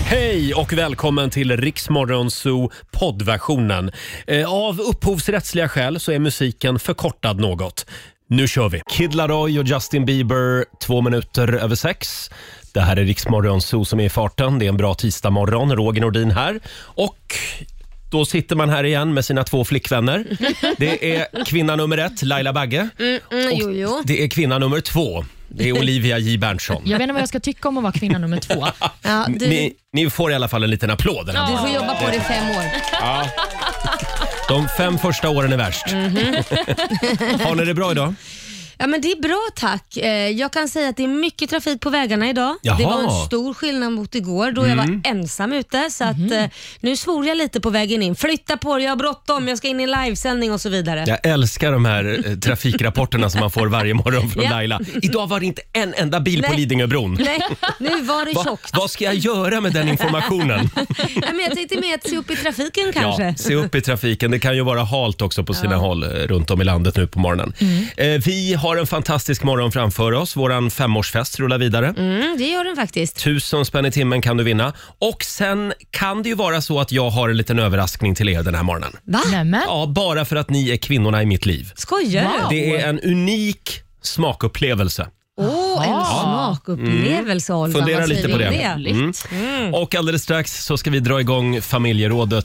Hej och välkommen till Rix Morgon Zoo poddversionen. Av upphovsrättsliga skäl så är musiken förkortad något. Nu kör vi. Kid Laroi och Justin Bieber, 6:02. Det här är Rix Morgon Zoo som är i farten. Det är en bra tisdagmorgon. Roger Nordin här. Och då sitter man här igen med sina 2 flickvänner. Det är kvinna nummer 1, Laila Bagge. Och det är kvinna nummer 2. Det är Olivia J. Berntsson. Jag vet inte vad jag ska tycka om att vara kvinna nummer 2. Ja, ni får i alla fall en liten applåd. Du får jobba på det i 5 år. Ja. De 5 första åren är värst. Har ni det bra idag? Ja, men det är bra, tack. Jag kan säga att det är mycket trafik på vägarna idag. Jaha. Det var en stor skillnad mot igår då jag var ensam ute. Så att, nu svor jag lite på vägen in. Flytta på det, jag har bråttom, jag ska in i en livesändning och så vidare. Jag älskar de här trafikrapporterna som man får varje morgon från Laila. Idag var det inte en enda bil på Lidingöbron. Nej, nu var det tjockt. Vad ska jag göra med den informationen? Men jag tänkte med att se upp i trafiken kanske. Ja, se upp i trafiken. Det kan ju vara halt också på sina håll runt om i landet nu på morgonen. Vi har en fantastisk morgon framför oss. Våran 5-årsfest rullar vidare. Det gör den faktiskt. 1000 spänn i timmen kan du vinna. Och sen kan det ju vara så att jag har en liten överraskning till er den här morgonen. Va? Nämen. Ja, bara för att ni är kvinnorna i mitt liv. Skojar du? Wow. Det är en unik smakupplevelse. En smakupplevelse, Olga. Fundera Vad lite på säger det. du Och alldeles strax så ska vi dra igång familjerådet.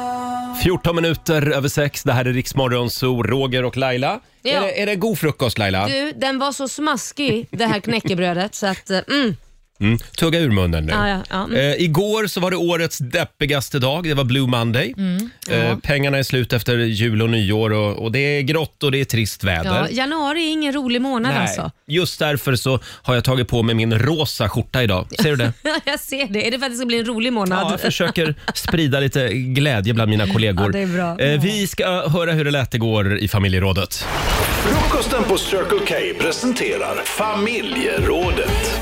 6:14. Det här är Rix Morgon Zoo, Roger och Laila. Ja. Är det god frukost, Laila? Du, den var så smaskig, det här knäckebrödet, så att... Tugga ur munnen nu. Ja. Igår så var det årets deppigaste dag. Det var Blue Monday. Pengarna är slut efter jul och nyår och det är grått och det är trist väder. Ja, januari är ingen rolig månad alltså. Just därför så har jag tagit på mig min rosa skjorta idag. Ser du det? Jag ser det. Är det för att det ska bli en rolig månad? Ja, jag försöker sprida lite glädje bland mina kollegor. Ja, det är bra. Vi ska höra hur det lät igår i familjerådet. Frukosten på Circle K presenterar familjerådet.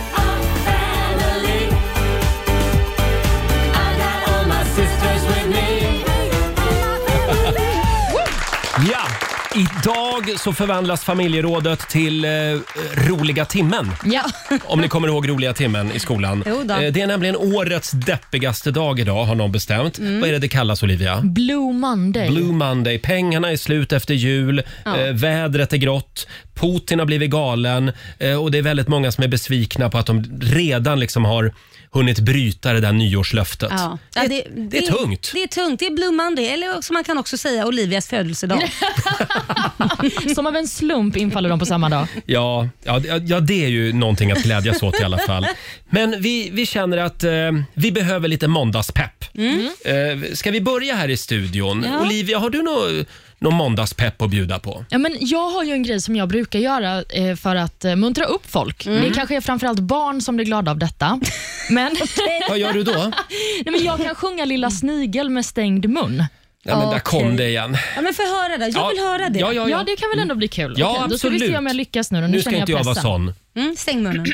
Ja, idag så förvandlas familjerådet till roliga timmen. Ja. Om ni kommer ihåg roliga timmen i skolan. Jo då. Det är nämligen årets deppigaste dag idag, har någon bestämt. Vad är det kallas, Olivia? Blue Monday. Blue Monday. Pengarna är slut efter jul. Vädret är grått. Putin har blivit galen. Och det är väldigt många som är besvikna på att de redan liksom har hunnit bryta det där nyårslöftet. Ja. Det är tungt. Det är tungt. Det är Blue Monday, eller som man kan också säga Olivias födelsedag. Som av en slump infaller de på samma dag. Ja, det är ju någonting att glädjas åt i alla fall. Men vi känner att vi behöver lite måndagspepp. Ska vi börja här i studion? Ja. Olivia, har du någon måndagspepp att bjuda på? Ja, men jag har ju en grej som jag brukar göra för att muntra upp folk. Det kanske är framförallt barn som blir glada av detta. Men Vad gör du då? nej, men jag kan sjunga Lilla snigel med stängd mun. Ja, men där kom det igen. Ja, men få höra det. Jag vill höra det. Ja, det kan väl ändå bli kul. Ja, Okej, då ska vi se absolut. om jag lyckas nu. Nu ska inte jag vara sån. Stäng munnen.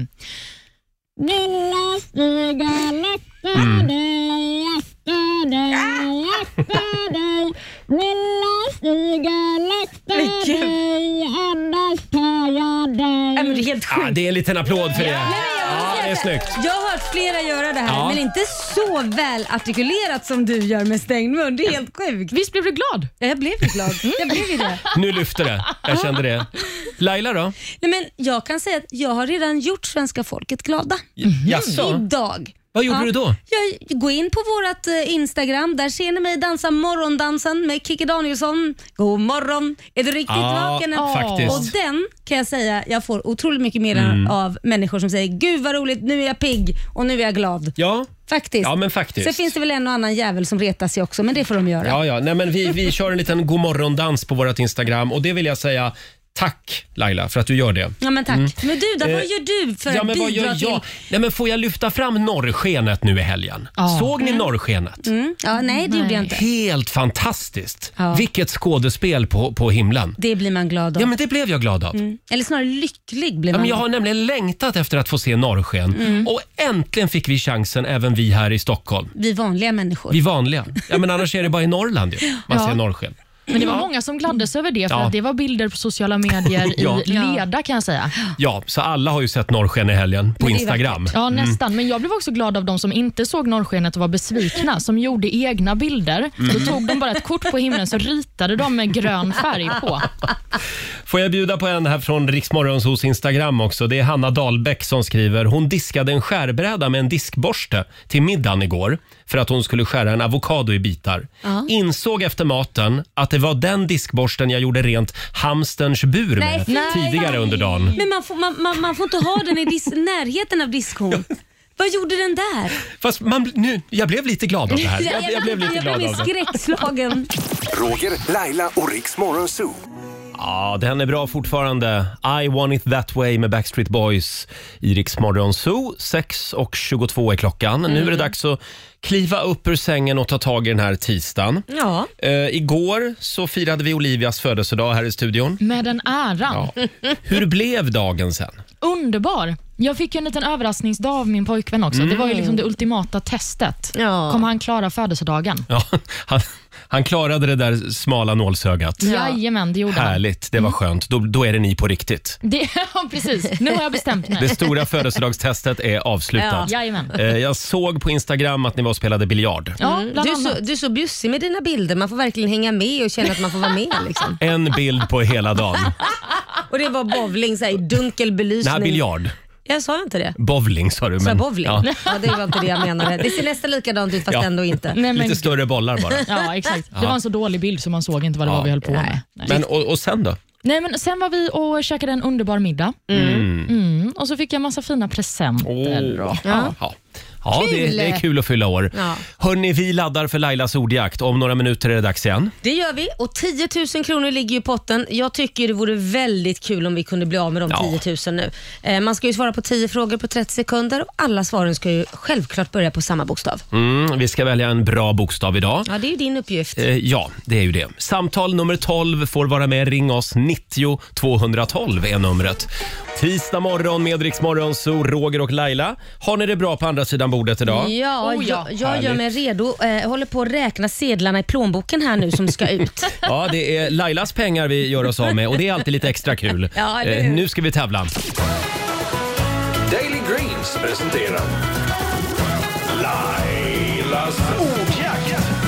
Lilla snigel akta dig, akta dig, akta dig. Lilla snigel akta dig, annars tar jag dig. Nej, men det är helt sjukt. Det är en liten applåd för det. Ja, det är snyggt. Jag har hört flera göra det här, Ja. men inte så väl artikulerat som du gör med stängd mun. Det är helt sjukt. Visst blev du glad? Ja, jag blev ju glad. Jag blev ju det. Nu lyfter det. Jag kände det. Laila då? Nej, men jag kan säga att jag har redan gjort svenska folket glada. Jaså? Idag. Vad gjorde du då? Jag går in på vårt Instagram. Där ser ni mig dansa morgondansen med Kikki Danielsson. God morgon. Är du riktigt vaken? faktiskt. Och den kan jag säga, jag får otroligt mycket mer av människor som säger gud vad roligt, nu är jag pigg och nu är jag glad. Ja. Faktiskt. Ja, men faktiskt. Sen finns det väl en och annan jävel som retar sig också, men det får de göra. Ja. Nej, men vi kör en liten god morgondans på vårt Instagram och det vill jag säga tack Laila för att du gör det. Ja, men tack. Men du då, vad gör du för att men vad bidra gör till... jag? Nej, men får jag lyfta fram norrskenet nu i helgen? Såg ni norrskenet? Ja, nej, det gjorde jag inte. Helt fantastiskt. Ja. Vilket skådespel på himlen. Det blir man glad av. Ja, men det blev jag glad av. Eller snarare lycklig blir Ja, man. men jag har nämligen längtat efter att få se norrsken. Och äntligen fick vi chansen, även vi här i Stockholm. Vi vanliga människor. Vi vanliga. Ja, men annars är det bara i Norrland ju. Man ser norrsken. Men det var många som gladdes över det, för att det var bilder på sociala medier i leda, kan jag säga. Ja, så alla har ju sett norrsken i helgen på Instagram. Ja, nästan. Men jag blev också glad av de som inte såg norrskenet och var besvikna, som gjorde egna bilder. Då tog de bara ett kort på himlen, så ritade de med grön färg på. Får jag bjuda på en här från Rix Morgonzos Instagram också. Det är Hanna Dahlbäck som skriver: hon diskade en skärbräda med en diskborste till middagen igår för att hon skulle skära en avokado i bitar. Insåg efter maten att det var den diskborsten jag gjorde rent hamsterns bur med tidigare under dagen. Men man får inte ha den i närheten av diskhon. Vad gjorde den där? Fast jag blev lite glad av det här. Jag blev lite glad av det. Skräckslagen. Roger, Laila och Rix Morgonzoo. Ja, den är bra fortfarande. I want it that way med Backstreet Boys i Rix Morgonzoo. 6:22 är klockan. Nu är det dags att kliva upp ur sängen och ta tag i den här tisdagen. Ja. Igår så firade vi Olivias födelsedag här i studion. Med en äran. Ja. Hur blev dagen sen? Underbar. Jag fick en liten överraskningsdag av min pojkvän också. Det var ju liksom det ultimata testet. Ja. Kommer han klara födelsedagen? Ja, han klarade det där smala nålsögat. Jajamän, det gjorde han. Härligt, det var skönt. Då är det ni på riktigt. Ja, precis. Nu har jag bestämt mig. Det stora födelsedagstestet är avslutat. Jajamän. Jag såg på Instagram att ni var och spelade biljard. Ja, Du är så bjussig med dina bilder. Man får verkligen hänga med och känna att man får vara med. Liksom. En bild på hela dagen. Och det var bowling, så här, dunkel belysning. Nej, biljard. Jag sa inte det. Bowling sa du. Så Men, bowling? ja. Ja, det var inte det jag menade. Det ser nästan likadant ut fast ändå inte. Nej, men... Lite större bollar bara. Ja, exakt. Det var en så dålig bild så man såg inte vad det var vi höll på med. Nej. Men, och sen då? Nej, men sen var vi och käkade en underbar middag. Och så fick jag massa fina presenter. Ja, det är kul att fylla år. Ja. Hörrni, vi laddar för Lailas ordjakt. Om några minuter är det dags igen. Det gör vi, och 10 000 kronor ligger i potten. Jag tycker det vore väldigt kul om vi kunde bli av med de 10 000 nu. Man ska ju svara på 10 frågor på 30 sekunder och alla svaren ska ju självklart börja på samma bokstav. Vi ska välja en bra bokstav idag. Ja, det är ju din uppgift. Ja, det är ju det. Samtal nummer 12 får vara med. Ring oss. 90 212 är numret. Tisdag morgon med Rix Morgonzoo, Roger och Laila. Har ni det bra på andra sidan bordet idag? Ja, jag gör mig redo. Håller på att räkna sedlarna i plånboken här nu som ska ut. Ja, det är Lailas pengar vi gör oss av med och det är alltid lite extra kul. Ja, nu ska vi tävla. Daily Greens presenterar Lailas ordjakt.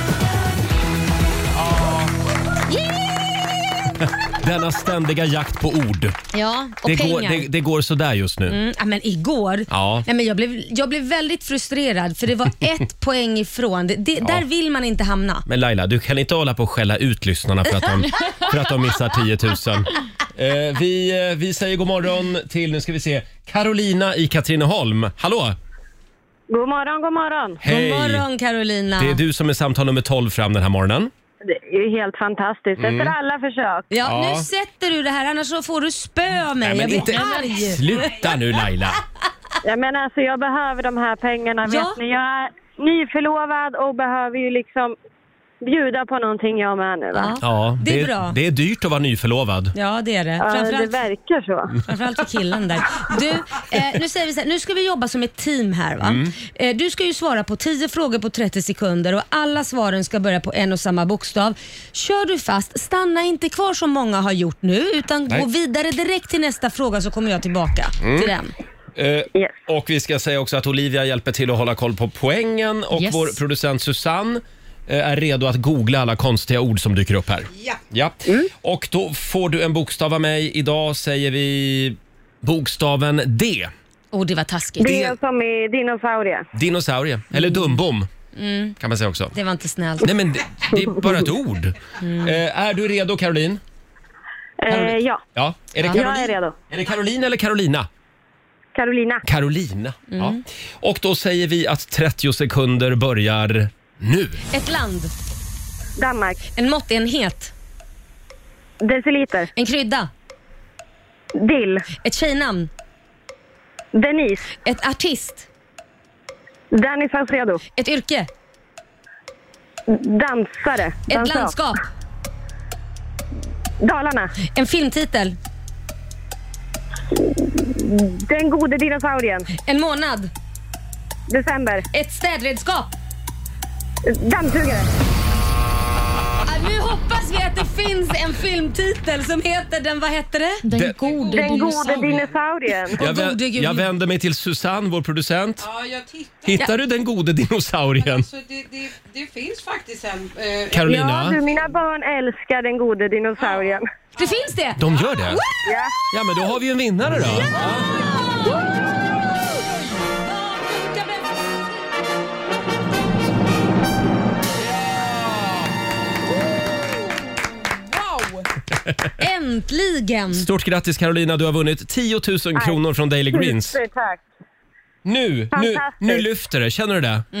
Denna ständiga jakt på ord. Ja, och pengar. Det går så där just nu. Ja, men igår, Ja. nej, men jag blev väldigt frustrerad för det var 1 poäng ifrån. Där vill man inte hamna. Men Laila, du kan inte hålla på och skälla ut lyssnarna för att de missar 10 000. Vi säger god morgon till, nu ska vi se, Carolina i Katrineholm. Hallå! God morgon, god morgon. Hej! God morgon, Carolina. Det är du som är samtal nummer 12 fram den här morgonen. Det är ju helt fantastiskt. Efter alla försök. Ja, nu sätter du det här, annars så får du spö av mig. Nej, men jag inte blir arg. Sluta nu Laila. Ja, men alltså, jag behöver de här pengarna. Ja. Vet ni? Jag är nyförlovad och behöver ju liksom bjuda på någonting jag med nu. Va? Ja, Det är bra. Det är dyrt att vara nyförlovad. Ja, det är det. Ja, det Framförallt, verkar så. framförallt för killen där. Du, nu säger vi så här, nu ska vi jobba som ett team här va? Du ska ju svara på 10 frågor på 30 sekunder och alla svaren ska börja på en och samma bokstav. Kör du fast, stanna inte kvar som många har gjort nu utan gå vidare direkt till nästa fråga så kommer jag tillbaka till den. Yes. Och vi ska säga också att Olivia hjälper till att hålla koll på poängen och Yes. vår producent Susanne är redo att googla alla konstiga ord som dyker upp här. Ja. Och då får du en bokstav av mig. Idag säger vi bokstaven D. Det var taskigt. Det är som i dinosaurie. Dinosaurie. Eller dumbom. Kan man säga också. Det var inte snällt. Nej men det är bara ett ord. Är du redo Caroline? Ja, Ja. Är det jag är redo. Är det Caroline eller Carolina? Carolina. Carolina. Ja. Och då säger vi att 30 sekunder börjar nu. Ett land. Danmark. En måttenhet. Deciliter. En krydda. Dill. Ett tjejnamn. Denise. Ett artist. Danny Saucedo. Ett yrke. Dansare. Ett Dansör. landskap. Dalarna. En filmtitel. Den gode dinosaurien. En månad. December. Ett städredskap. Dammsugare. Nu hoppas vi att det finns en filmtitel som heter den, vad heter det? Den gode dinosaurien. Jag vänder mig till Susanne, vår producent. Ja, jag tittar. Hittar du den gode dinosaurien? Alltså, det finns faktiskt en... Carolina? Ja, mina barn älskar den gode dinosaurien. Det finns det! De gör det? Ja. Ja, men då har vi en vinnare då. Wow! Äntligen! Stort grattis Carolina, du har vunnit 10 000 kronor från Daily Greens. Tack. Nu lyfter det, känner du det?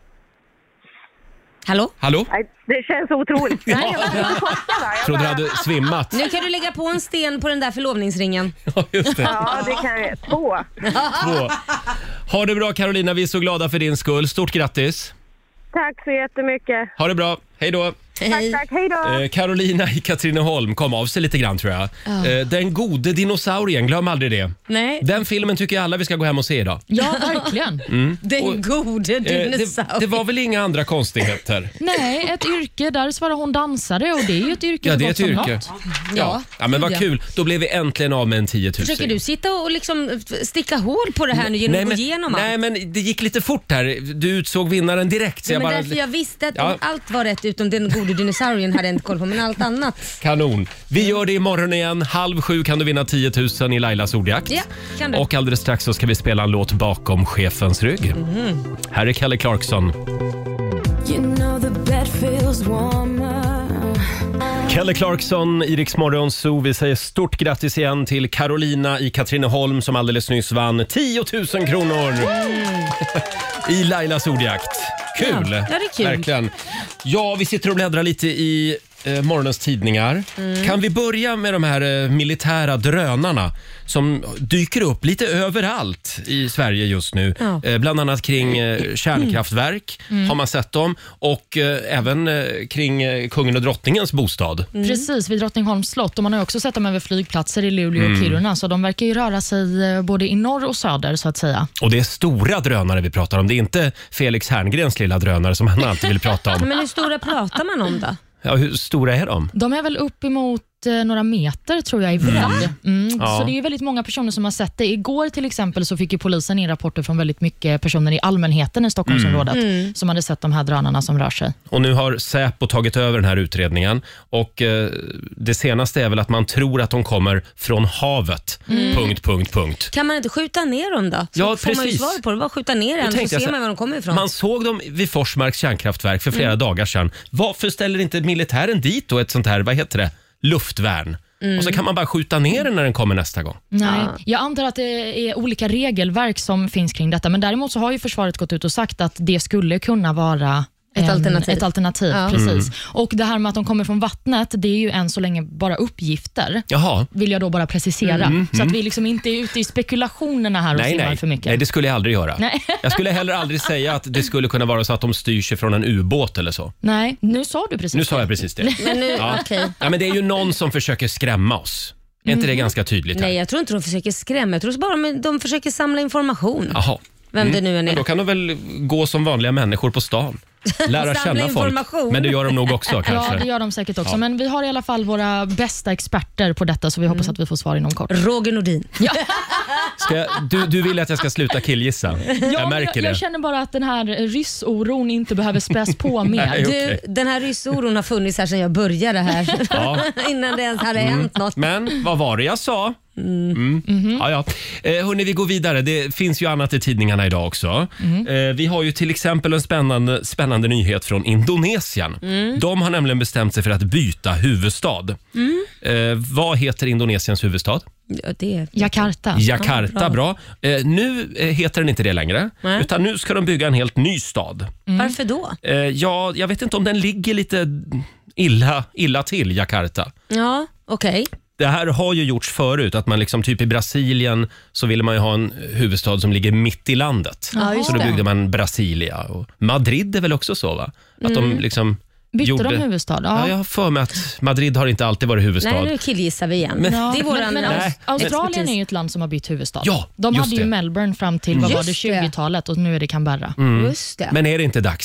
Hallå? Hallå? Det känns otroligt. Trodde du hade svimmat. Nu kan du lägga på en sten på den där förlovningsringen. Ja, just det. Ja, det kan jag. 2. 2. Ha det bra Carolina, vi är så glada för din skull. Stort grattis. Tack så jättemycket. Ha det bra, hej då. Tack, hej då. Carolina i Katrineholm kom av sig lite grann tror jag. Den gode dinosaurien, glöm aldrig det. Nej. Den filmen tycker jag alla vi ska gå hem och se idag. Ja, verkligen. Den gode dinosaurien. Det var väl inga andra konstigheter? Nej, ett yrke. Där svarar hon dansare och det är ju ett yrke. Ja, det är så ett gott som yrke. något. Ja, men vad kul. Då blev vi äntligen av med en 10 000. Försöker du sitta och liksom sticka hål på det här nu genom att gå igenom allt? Nej, men det gick lite fort här. Du utsåg vinnaren direkt. Så Ja, men jag bara... därför jag visste att om allt var rätt utom den gode dinosaurien hade jag inte koll på, men allt annat. Kanon. Vi gör det imorgon igen. 6:30 kan du vinna 10 000 i Lailas ordjakt. Ja, kan du. Och alldeles strax så ska vi spela en låt bakom chefens rygg. Här är Kelly Clarkson. Kelly Clarkson, Iriks Morgon Zoo. Vi säger stort grattis igen till Carolina i Katrineholm som alldeles nyss vann 10 000 kronor i Lailas ordjakt. Kul! Ja, det är kul. Verkligen. Ja, vi sitter och bläddrar lite i morgonens tidningar. Kan vi börja med de här militära drönarna som dyker upp lite överallt i Sverige just nu. Bland annat kring kärnkraftverk har man sett dem och även kring kungen och drottningens bostad. Precis, vid Drottningholms slott. Och man har också sett dem över flygplatser i Luleå och Kiruna. Så de verkar ju röra sig både i norr och söder så att säga. Och det är stora drönare vi pratar om. Det är inte Felix Herngrens lilla drönare som han alltid vill prata om. Men hur stora pratar man om då? Ja, hur stora är de? De är väl uppemot några meter tror jag i bredd. Så det är ju väldigt många personer som har sett det. Igår till exempel så fick ju polisen in rapporter från väldigt mycket personer i allmänheten i Stockholmsområdet som hade sett de här drönarna som rör sig. Och nu har Säpo tagit över den här utredningen och det senaste är väl att man tror att de kommer från havet. Punkt. Kan man inte skjuta ner dem då? Så Ja, får man ju precis. svar på det. Bara skjuta ner den så ser man var de kommer ifrån. Man såg dem vid Forsmarks kärnkraftverk för flera dagar sedan. Varför ställer inte militären dit då ett sånt här, vad heter det, luftvärn? Och så kan man bara skjuta ner den när den kommer nästa gång. Nej, jag antar att det är olika regelverk som finns kring detta. Men däremot så har ju försvaret gått ut och sagt att det skulle kunna vara ett alternativ. Precis. Och det här med att de kommer från vattnet, det är ju än så länge bara uppgifter. Jaha. Vill jag då bara precisera. Så att vi liksom inte är ute i spekulationerna här och simmar för mycket. Nej, det skulle jag aldrig göra. Nej. Jag skulle heller aldrig säga att det skulle kunna vara så att de styr sig från en ubåt eller så. Nej, nu sa du precis Nu sa jag precis det. Men nu, okej. Ja, men det är ju någon som försöker skrämma oss. Är inte det ganska tydligt här? Nej, jag tror inte de försöker skrämma. Jag tror bara de försöker samla information. Jaha. Vem det nu än är. Men då kan de väl gå som vanliga människor på stan. Lära Samla känna folk. information. Men det gör de nog också kanske. Ja, det gör de säkert också. Men vi har i alla fall våra bästa experter på detta så vi hoppas att vi får svar inom kort. Roger Nordin. Ja. Du vill att jag ska sluta killgissa. Jag märker det. Jag känner bara att den här ryssoron inte behöver späs på mer. Nej, okej. Den här ryssoron har funnits här sedan jag började här. Innan det ens hade hänt något. Men vad var det jag sa? Ja. Hörrni, vi går vidare. Det finns ju annat i tidningarna idag också. Vi har ju till exempel en spännande nyhet från Indonesien. De har nämligen bestämt sig för att byta huvudstad. Vad heter Indonesiens huvudstad? Ja, det Jakarta. Jakarta, bra. Nu heter den inte det längre. Nej. Utan nu ska de bygga en helt ny stad. Varför då? Ja, jag vet inte om den ligger lite illa till, Jakarta. Ja, okej. Det här har ju gjorts förut, att man liksom typ i Brasilien så ville man ju ha en huvudstad som ligger mitt i landet. Ja, just så då det. byggde man Brasilia. Och Madrid är väl också så, va? Att de liksom Bytte de huvudstad? Ja, jag har för mig att Madrid har inte alltid varit huvudstad. Nej, nu killgissar vi igen. Men- det är våran men Nej. Australien är ju ett land som har bytt huvudstad. Ja, de just hade ju det. Melbourne fram till vad var det, Just det. 20-talet och nu är det Canberra. Just det. Men är det inte dags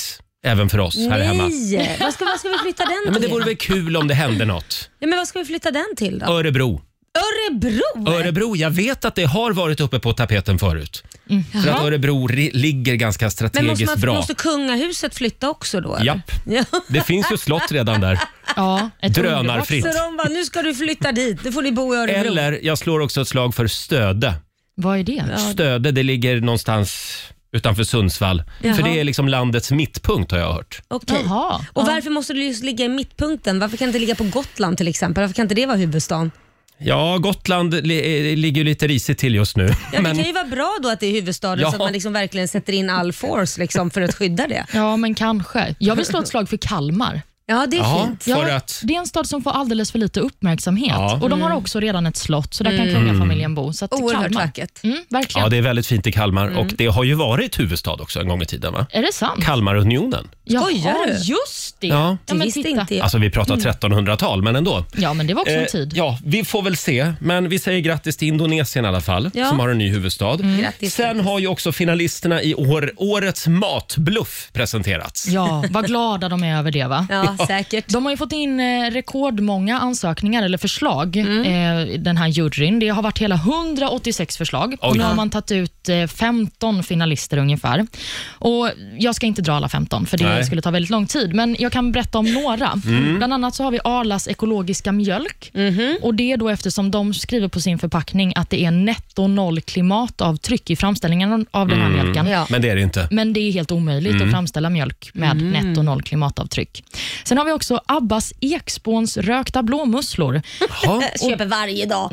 även för oss här hemma. Nej, vad ska vi flytta den till? Men det vore väl kul om det hände något. Ja, men vad ska vi flytta den till då? Örebro. Örebro? Jag vet att det har varit uppe på tapeten förut. För att Örebro ligger ganska strategiskt bra. Men måste kungahuset flytta också då? Eller? Japp. Det finns ju slott redan där. Ja, drönarfritt. Så de bara, nu ska du flytta dit, nu får ni bo i Örebro. Eller jag slår också ett slag för Stöde. Vad är det? Stöde, det ligger någonstans utanför Sundsvall. För det är liksom landets mittpunkt har jag hört. Okej. Och varför måste det just ligga i mittpunkten? Varför kan det inte ligga på Gotland till exempel? Varför kan inte det vara huvudstaden? Ja, Gotland ligger lite risigt till just nu. Ja, det kan ju vara bra då att det är huvudstaden så att man liksom verkligen sätter in all force liksom för att skydda det. Ja, men kanske. Jag vill slå ett slag för Kalmar. Ja, det är fint. Det är en stad som får alldeles för lite uppmärksamhet. Ja. Och de har också redan ett slott, så där kan kungafamiljen bo. Så att oerhört vackert. Verkligen. Ja, det är väldigt fint i Kalmar. Och det har ju varit huvudstad också en gång i tiden, va? Är det sant? Kalmarunionen. Skojar du? Just det. Ja. Det visste inte jag. Alltså vi pratar 1300-tal, men ändå. Ja, men det var också en tid. Ja, vi får väl se. Men vi säger grattis till Indonesien i alla fall, som har en ny huvudstad. Sen har ju också finalisterna i årets matbluff presenterats. Ja, vad glada de är över det, va? Ja, säkert. De har ju fått in rekordmånga ansökningar eller förslag, den här juryn. Det har varit hela 186 förslag. Och nu har man tagit ut 15 finalister ungefär. Och jag ska inte dra alla 15 för det skulle ta väldigt lång tid. Men jag kan berätta om några. Bland annat så har vi Arlas ekologiska mjölk. Och det är då eftersom de skriver på sin förpackning att det är netto noll klimatavtryck i framställningen av den här mjölken. Ja. Men det är det inte. Men det är helt omöjligt att framställa mjölk med netto noll klimatavtryck. Sen har vi också Abbas Ekspåns rökta blåmusslor. Köper varje dag.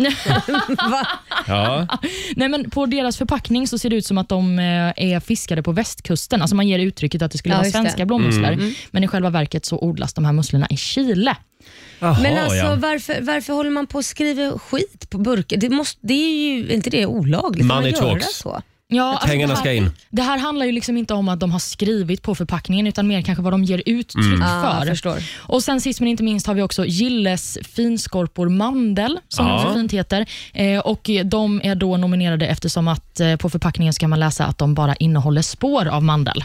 Ja. Nej, men på deras förpackning så ser det ut som att de är fiskade på västkusten. Alltså man ger uttrycket att det skulle vara svenska blåmusslor. Men i själva verket så odlas de här musslorna i Chile. Men alltså varför håller man på att skriva skit på burkar? Det är ju inte det olagligt. Money man göra talks. så? Ja, alltså pengarna ska in. Det här handlar ju liksom inte om att de har skrivit på förpackningen utan mer kanske vad de ger uttryck för. Förstår. Och sen sist men inte minst har vi också Gilles finskorpor mandel som det så fint heter. Och de är då nominerade eftersom att på förpackningen ska man läsa att de bara innehåller spår av mandel.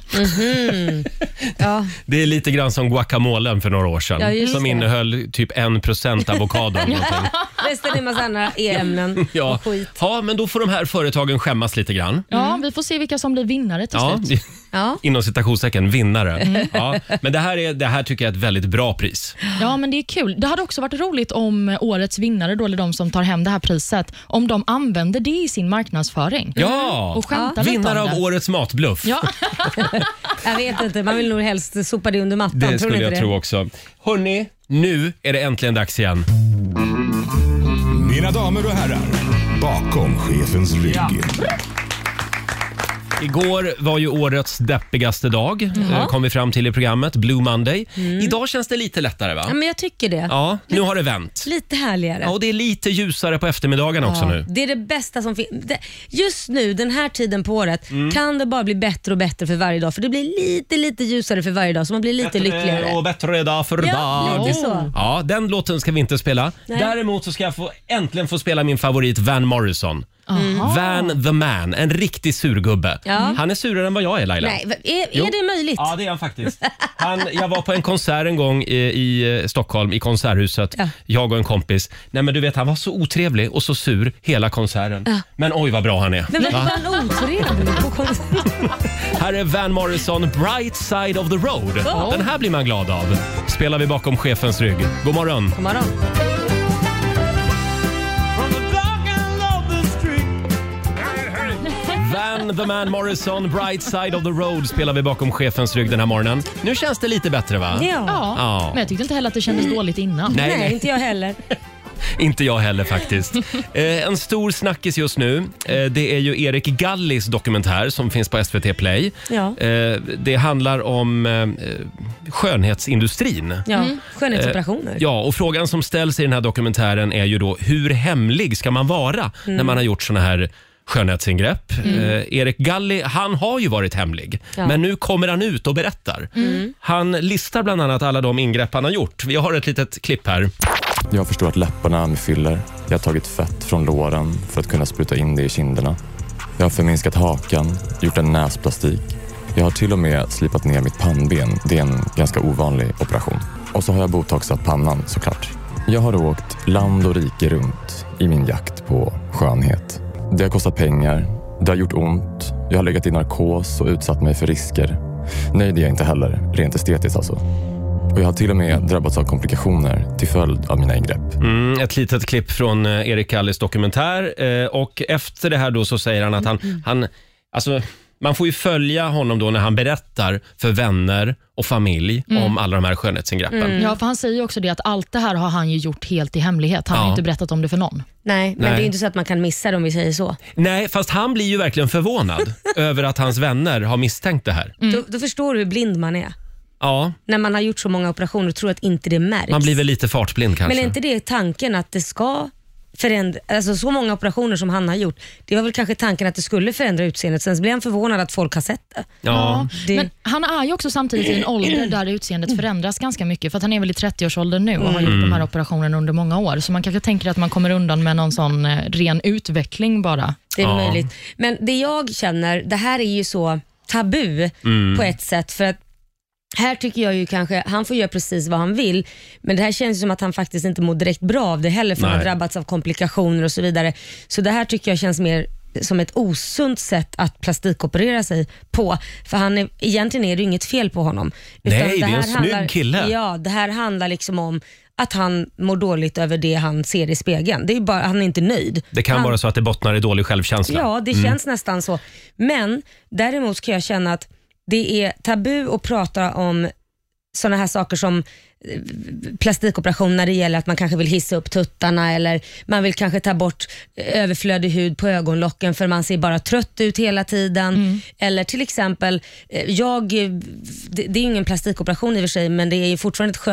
Ja. Det är lite grann som guacamolen för några år sedan som innehöll typ 1% avokado eller någonting. Resten är en massa andra e-ämnen och skit. Ja, men då får de här företagen skämmas lite grann. Ja, vi får se vilka som blir vinnare till slut. Inom citationstecken vinnare. Ja, men det här tycker jag är ett väldigt bra pris. Ja, men det är kul. Det hade också varit roligt om årets vinnare då, eller de som tar hem det här priset, om de använder det i sin marknadsföring. Ja, och skämtar lite vinnare om av det. årets matbluff. Ja. Jag vet inte, man vill nog helst sopa det under mattan. Det skulle jag tro också. Hörrni, nu är det äntligen dags igen. Mina damer och herrar, bakom chefens rygg. Igår var ju årets deppigaste dag, kom vi fram till i programmet, Blue Monday. Idag känns det lite lättare, va? Ja, men jag tycker det. Ja, nu har det vänt. Lite härligare. Ja, och det är lite ljusare på eftermiddagen också nu. Det är det bästa som finns. Just nu, den här tiden på året, kan det bara bli bättre och bättre för varje dag. För det blir lite ljusare för varje dag, så man blir lite lyckligare. Och bättre dag för dag. Ja, lite så. Ja, den låten ska vi inte spela. Nej. Däremot så ska jag äntligen få spela min favorit Van Morrison. Van the Man, en riktig surgubbe. Han är surare än vad jag är, Laila. Nej, är det möjligt? Ja, det är han faktiskt. Jag var på en konsert en gång i Stockholm, i Konserthuset. Jag och en kompis. Nej, men du vet, han var så otrevlig och så sur hela konserten. Men oj vad bra han är. Men var han otrevlig på konserten? Här är Van Morrison, Bright Side of the Road. Den här blir man glad av. Spelar vi bakom chefens rygg. God morgon. God morgon. Van the Man Morrison, Bright Side of the Road spelar vi bakom chefens rygg den här morgonen. Nu känns det lite bättre, va? Ja. Men jag tyckte inte heller att det kändes dåligt innan. Nej, inte jag heller. Inte jag heller faktiskt. En stor snackis just nu, det är ju Erik Gallis dokumentär som finns på SVT Play. Det handlar om skönhetsindustrin. Skönhetsoperationer. Ja, och frågan som ställs i den här dokumentären är ju då, hur hemlig ska man vara när man har gjort såna här skönhetsingrepp? Erik Galli, han har ju varit hemlig. Men nu kommer han ut och berättar. Han listar bland annat alla de ingrepp han har gjort. Vi har ett litet klipp här. Jag har förstått läpparna med fyller. Jag har tagit fett från låren för att kunna spruta in det i kinderna. Jag har förminskat hakan, gjort en näsplastik Jag har till och med slipat ner mitt pannben. Det är en ganska ovanlig operation. Och så har jag botoxat pannan såklart. Jag har åkt land och rike runt i min jakt på skönhet. Det har kostat pengar, det har gjort ont. Jag har legat i narkos och utsatt mig för risker. Nöjd är jag inte heller, rent estetiskt alltså. Och jag har till och med drabbats av komplikationer till följd av mina ingrepp. Ett litet klipp från Erik Kallis dokumentär. Och efter det här då så säger han att han alltså, man får ju följa honom då när han berättar för vänner och familj om alla de här skönhetsingreppen. Ja, för han säger ju också det att allt det här har han ju gjort helt i hemlighet. Han har ju inte berättat om det för någon. Nej, men det är ju inte så att man kan missa det om vi säger så. Nej, fast han blir ju verkligen förvånad över att hans vänner har misstänkt det här. Då förstår du hur blind man är. Ja. När man har gjort så många operationer och tror att inte det märks. Man blir väl lite fartblind kanske. Men är inte det tanken att det ska förändra, alltså så många operationer som han har gjort, det var väl kanske tanken att det skulle förändra utseendet. Sen blir han förvånad att folk har sett det. Ja. Men han är ju också samtidigt i en ålder där utseendet förändras ganska mycket, för att han är väl i 30-årsåldern nu och har gjort de här operationerna under många år. Så man kanske tänker att man kommer undan med någon sån ren utveckling bara. Det är möjligt. Men det jag känner, det här är ju så tabu på ett sätt, för att här tycker jag ju kanske, han får göra precis vad han vill, men det här känns som att han faktiskt inte mår direkt bra av det heller, för han har drabbats av komplikationer och så vidare. Så det här tycker jag känns mer som ett osunt sätt att plastikoperera sig på, för egentligen är det inget fel på honom. Nej, det är en snygg kille. Ja, det här handlar liksom om att han mår dåligt över det han ser i spegeln. Det är bara, han är inte nöjd. Det kan vara så att det bottnar i dålig självkänsla. Ja, det känns nästan så. Men däremot kan jag känna att det är tabu att prata om såna här saker som plastikoperation, när det gäller att man kanske vill hissa upp tuttarna, eller man vill kanske ta bort överflödig hud på ögonlocken för man ser bara trött ut hela tiden. Eller till exempel, det är ingen plastikoperation i och för sig, men det är ju fortfarande ett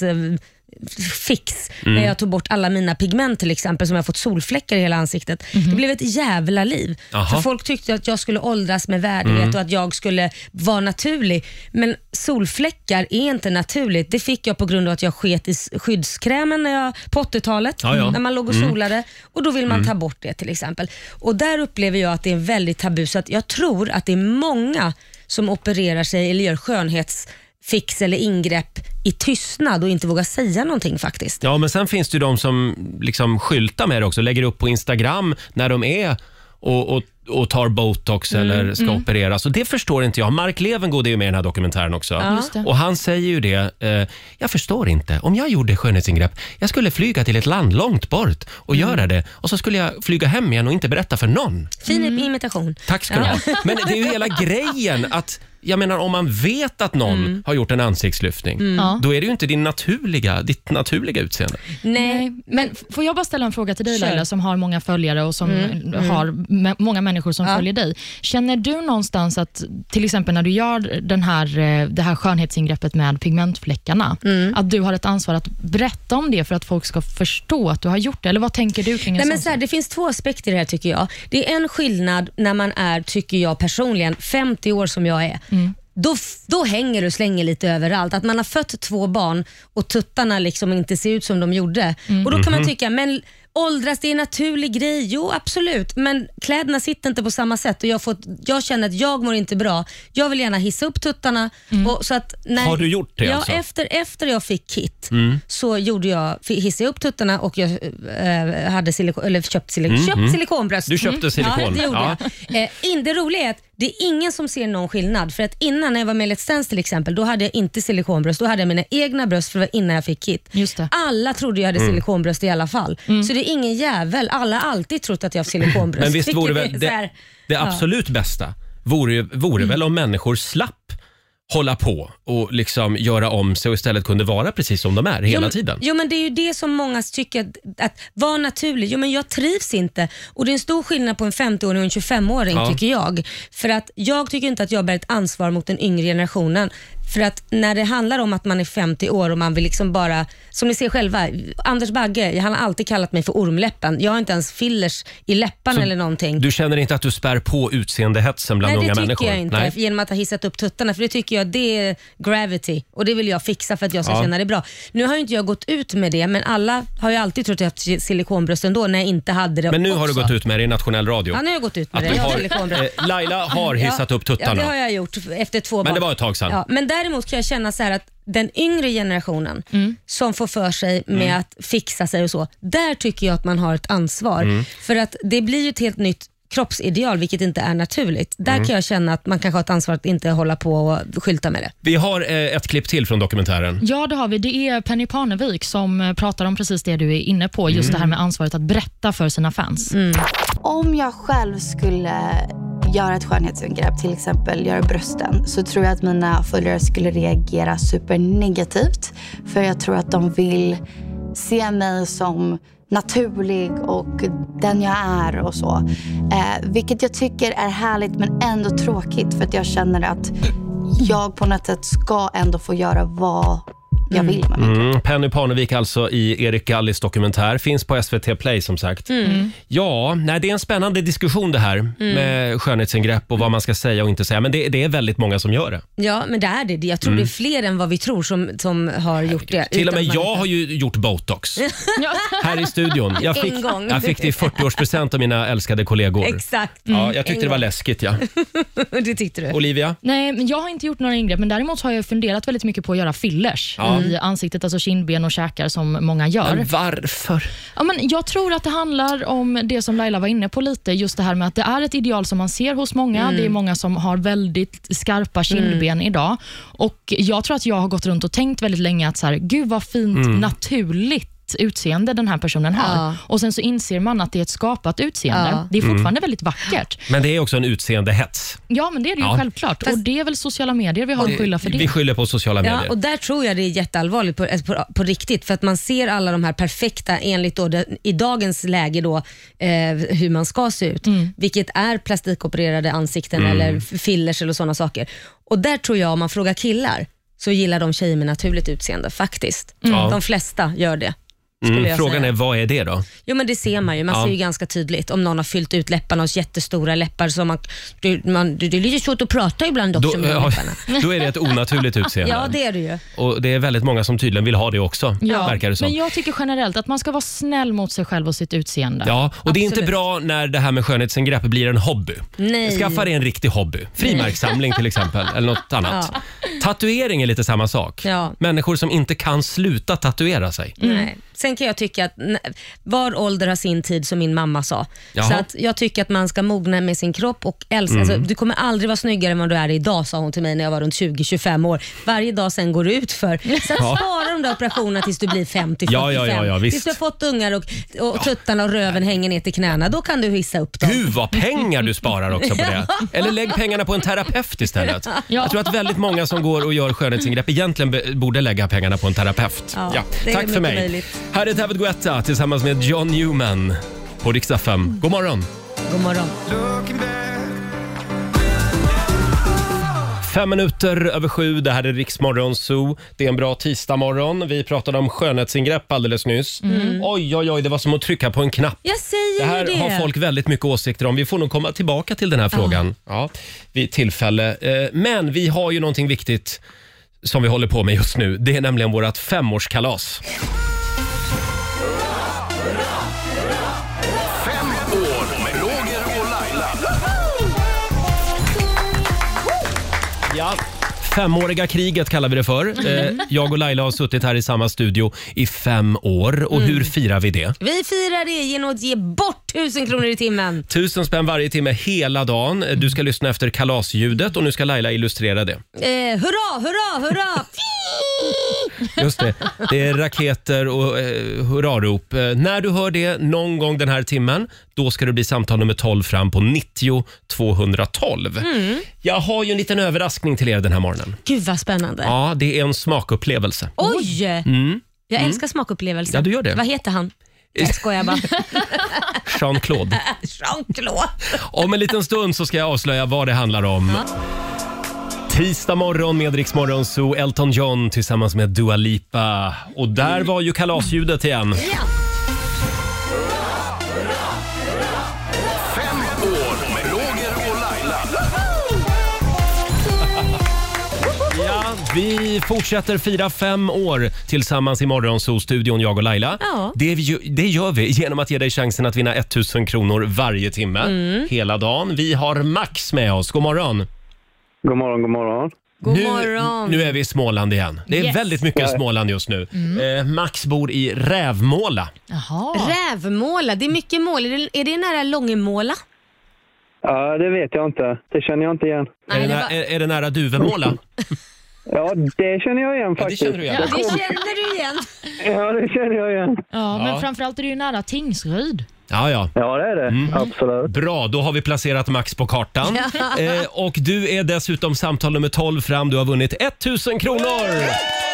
skönhetsfix när jag tog bort alla mina pigment till exempel, som jag fått solfläckar i hela ansiktet. Det blev ett jävla liv. För folk tyckte att jag skulle åldras med värdighet och att jag skulle vara naturlig. Men solfläckar är inte naturligt. Det fick jag på grund av att jag sket i skyddskrämen på 80-talet när man låg och solade, och då vill man ta bort det till exempel. Och där upplever jag att det är väldigt tabu, så att jag tror att det är många som opererar sig eller gör skönhetsfix eller ingrepp i tystnad och inte vågar säga någonting faktiskt. Ja, men sen finns det ju de som liksom skyltar med det också, lägger upp på Instagram när de är och tar botox eller ska opereras. Och det förstår inte jag. Mark Levengood är ju med i den här dokumentären också. Och han säger ju det, jag förstår inte. Om jag gjorde skönhetsingrepp, jag skulle flyga till ett land långt bort och göra det. Och så skulle jag flyga hem igen och inte berätta för någon. Fin imitation. Tack ska du ha. Men det är ju hela grejen att, jag menar, om man vet att någon har gjort en ansiktslyftning, då är det ju inte ditt naturliga utseende. Nej, men får jag bara ställa en fråga till dig, Laila, som har många följare och som har många människor som följer dig. Känner du någonstans att, till exempel när du gör det här skönhetsingreppet med pigmentfläckarna, att du har ett ansvar att berätta om det för att folk ska förstå att du har gjort det? Eller vad tänker du kring en sån? Det finns två aspekter i det här tycker jag. Det är en skillnad när man är, tycker jag personligen, 50 år som jag är. Då hänger du och slänger lite överallt. Att man har fött 2 barn och tuttarna liksom inte ser ut som de gjorde. Och då kan man tycka, men åldras, det är en naturlig grej. Jo, absolut. Men kläderna sitter inte på samma sätt. Och jag känner att jag mår inte bra. Jag vill gärna hissa upp tuttarna. Och så att har du gjort det alltså? Efter jag fick kit så hissade jag upp tuttarna och jag köpt silikonbröst. Du köpte silikon? Ja, det gjorde jag. Det roliga är att det är ingen som ser någon skillnad. För att innan när jag var med Let's Dance till exempel, då hade jag inte silikonbröst. Då hade jag mina egna bröst, för det var innan jag fick kit. Just det. Alla trodde jag hade silikonbröst i alla fall. Så det är ingen jävel. Alla har alltid trott att jag har silikonbröst. Men visst vore väl det absolut bästa vore väl om människor slapp hålla på och liksom göra om sig och istället kunde vara precis som de är hela tiden. Jo, men det är ju det som många tycker, att vara naturlig. Jo, men jag trivs inte. Och det är en stor skillnad på en 50-åring och en 25-åring tycker jag. För att jag tycker inte att jag bär ett ansvar mot den yngre generationen. För att när det handlar om att man är 50 år och man vill liksom bara, som ni ser själva, Anders Bagge, han har alltid kallat mig för ormläppen. Jag har inte ens fillers i läpparna eller någonting. Du känner inte att du spär på utseendehetsen bland unga människor? Nej, det tycker jag inte. Nej. Genom att ha hissat upp tuttarna, för det tycker jag det är gravity och det vill jag fixa för att jag ska känna det bra. Nu har ju inte jag gått ut med det, men alla har ju alltid trott att jag haft silikonbröst ändå när jag inte hade det. Men nu också. har du gått ut med det i nationell radio. Ja, nu har jag gått ut med det. Laila har hissat upp tuttarna. Ja, det har jag gjort efter 2 barn. Men det var ett tag sedan. Ja, men däremot kan jag känna så här att den yngre generationen som får för sig med att fixa sig och så, där tycker jag att man har ett ansvar. För att det blir ju ett helt nytt kroppsideal, vilket inte är naturligt. Där kan jag känna att man kanske har ett ansvar att inte hålla på och skylta med det. Vi har ett klipp till från dokumentären. Ja, det har vi. Det är Penny Parnevik som pratar om precis det du är inne på. Just det här med ansvaret att berätta för sina fans. Om jag själv skulle göra ett skönhetsingrepp, till exempel göra brösten, så tror jag att mina följare skulle reagera supernegativt. För jag tror att de vill se mig som naturlig och den jag är och så. Vilket jag tycker är härligt men ändå tråkigt, för att jag känner att jag på något sätt ska ändå få göra vad jag vill med min kropp. Penny Parnevik alltså i Erik Gallis dokumentär. Finns på SVT Play som sagt. Ja, det är en spännande diskussion det här med skönhetsingrepp och vad man ska säga och inte säga. Men det är väldigt många som gör det. Ja, men det är det. Jag tror det är fler än vad vi tror som har gjort det. Till och med jag har ju gjort botox här i studion. Jag fick det i 40-årspresent av mina älskade kollegor. Exakt. Ja, jag tyckte det var läskigt, ja. Det tyckte du. Olivia? Nej, men jag har inte gjort några ingrepp, men däremot har jag funderat väldigt mycket på att göra fillers i ansiktet, alltså kindben och käkar som många gör. Men varför? Ja, men jag tror att det handlar om det som Laila var inne på lite, just det här med att det är ett ideal som man ser hos många. Det är många som har väldigt skarpa kindben idag, och jag tror att jag har gått runt och tänkt väldigt länge att så här, gud vad fint naturligt utseende den här personen har. Och sen så inser man att det är ett skapat utseende. Det är fortfarande väldigt vackert. Men det är också en utseendehets. Ja, men det är det ju självklart. Och det är väl sociala medier vi har att skylla för det. Vi skyller på sociala medier. Ja, och där tror jag det är jätteallvarligt på riktigt, för att man ser alla de här perfekta, enligt då i dagens läge då, hur man ska se ut. Vilket är plastikopererade ansikten eller fillers eller sådana saker. Och där tror jag, om man frågar killar, så gillar de tjejer med naturligt utseende faktiskt. De flesta gör det. Frågan är, vad är det då? Jo, men det ser man ju. Man ser ju ganska tydligt om någon har fyllt ut läpparna och jättestora läppar, så det är lite svårt att prata ibland också med läpparna. Då är det ett onaturligt utseende. Ja, det är det ju. Och det är väldigt många som tydligen vill ha det också, verkar det som. Men jag tycker generellt att man ska vara snäll mot sig själv och sitt utseende. Ja, och det är inte bra när det här med skönhetsingrepp blir en hobby. Nej. Skaffa dig en riktig hobby. Frimärkssamling till exempel, eller något annat. Tatuering är lite samma sak. Människor som inte kan sluta tatuera sig. Nej. Sen kan jag tycka att var ålder har sin tid, som min mamma sa. Så att jag tycker att man ska mogna med sin kropp och älska. Alltså, du kommer aldrig vara snyggare än vad du är idag, sa hon till mig när jag var runt 20-25 år. Varje dag sen går du ut för. Så att spara de där operationerna tills du blir 50-45. Tills du har fått ungar och tuttarna och röven hänger ner till knäna. Då kan du hissa upp dem. Gud vad pengar du sparar också på det. Eller lägg pengarna på en terapeut istället. Jag tror att väldigt många som går och gör skönhetsingrepp egentligen borde lägga pengarna på en terapeut. Tack för mig. Möjligt. Här är David Guetta tillsammans med John Newman på Rix FM. God morgon. God morgon. 6:05. Det här är Rix Morgon Zoo. Det är en bra tisdagmorgon. Vi pratade om skönhetsingrepp alldeles nyss. Oj, det var som att trycka på en knapp. Jag säger det här har folk väldigt mycket åsikter om. Vi får nog komma tillbaka till den här frågan vid tillfälle. Men vi har ju någonting viktigt som vi håller på med just nu. Det är nämligen vårat 5-årskalas. 5 år med Roger och Laila. Ja, 5-åriga kriget kallar vi det för. Jag och Laila har suttit här i samma studio i 5 år. Och hur firar vi det? Vi firar det genom att ge bort 1000 kronor i timmen. 1000 spänn varje timme hela dagen. Du ska lyssna efter kalasljudet och nu ska Laila illustrera det. Hurra, hurra, hurra! Just det. Det är raketer och hurrarop. När du hör det någon gång den här timmen, då ska det bli samtal nummer 12 fram på 90 212. Jag har ju en liten överraskning till er den här morgonen. Gud vad spännande. Ja, det är en smakupplevelse. Oj! Jag älskar smakupplevelser. Ja, du gör det. Vad heter han? Jag skojar bara. Jean-Claude. Om en liten stund så ska jag avslöja vad det handlar om. Tisdag morgon med Rix Morgon Zoo, Elton John tillsammans med Dua Lipa. Och där var ju kalasljudet igen. Ja. 5 år med Roger och Laila. Ja, vi fortsätter fira 5 år tillsammans i Morgonzoo-studion, jag och Laila. Ja. Det gör vi genom att ge dig chansen att vinna 1000 kronor varje timme, hela dagen. Vi har Max med oss. God morgon. God morgon, god morgon. God morgon. Nu är vi i Småland igen. Det är väldigt mycket Småland just nu. Max bor i Rävmåla. Jaha. Rävmåla, det är mycket mål. Är det nära Långemåla? Ja, det vet jag inte. Det känner jag inte igen. Är det nära Duvemåla? Ja, det känner jag igen faktiskt. Ja, det känner du igen. Ja, det känner du igen. Ja, det känner jag igen. Ja, men framförallt är det ju nära Tingsryd. Ja. Ja, det är det. Absolut. Bra, då har vi placerat Max på kartan. Och du är dessutom samtal nummer 12 fram. Du har vunnit 1000 kronor!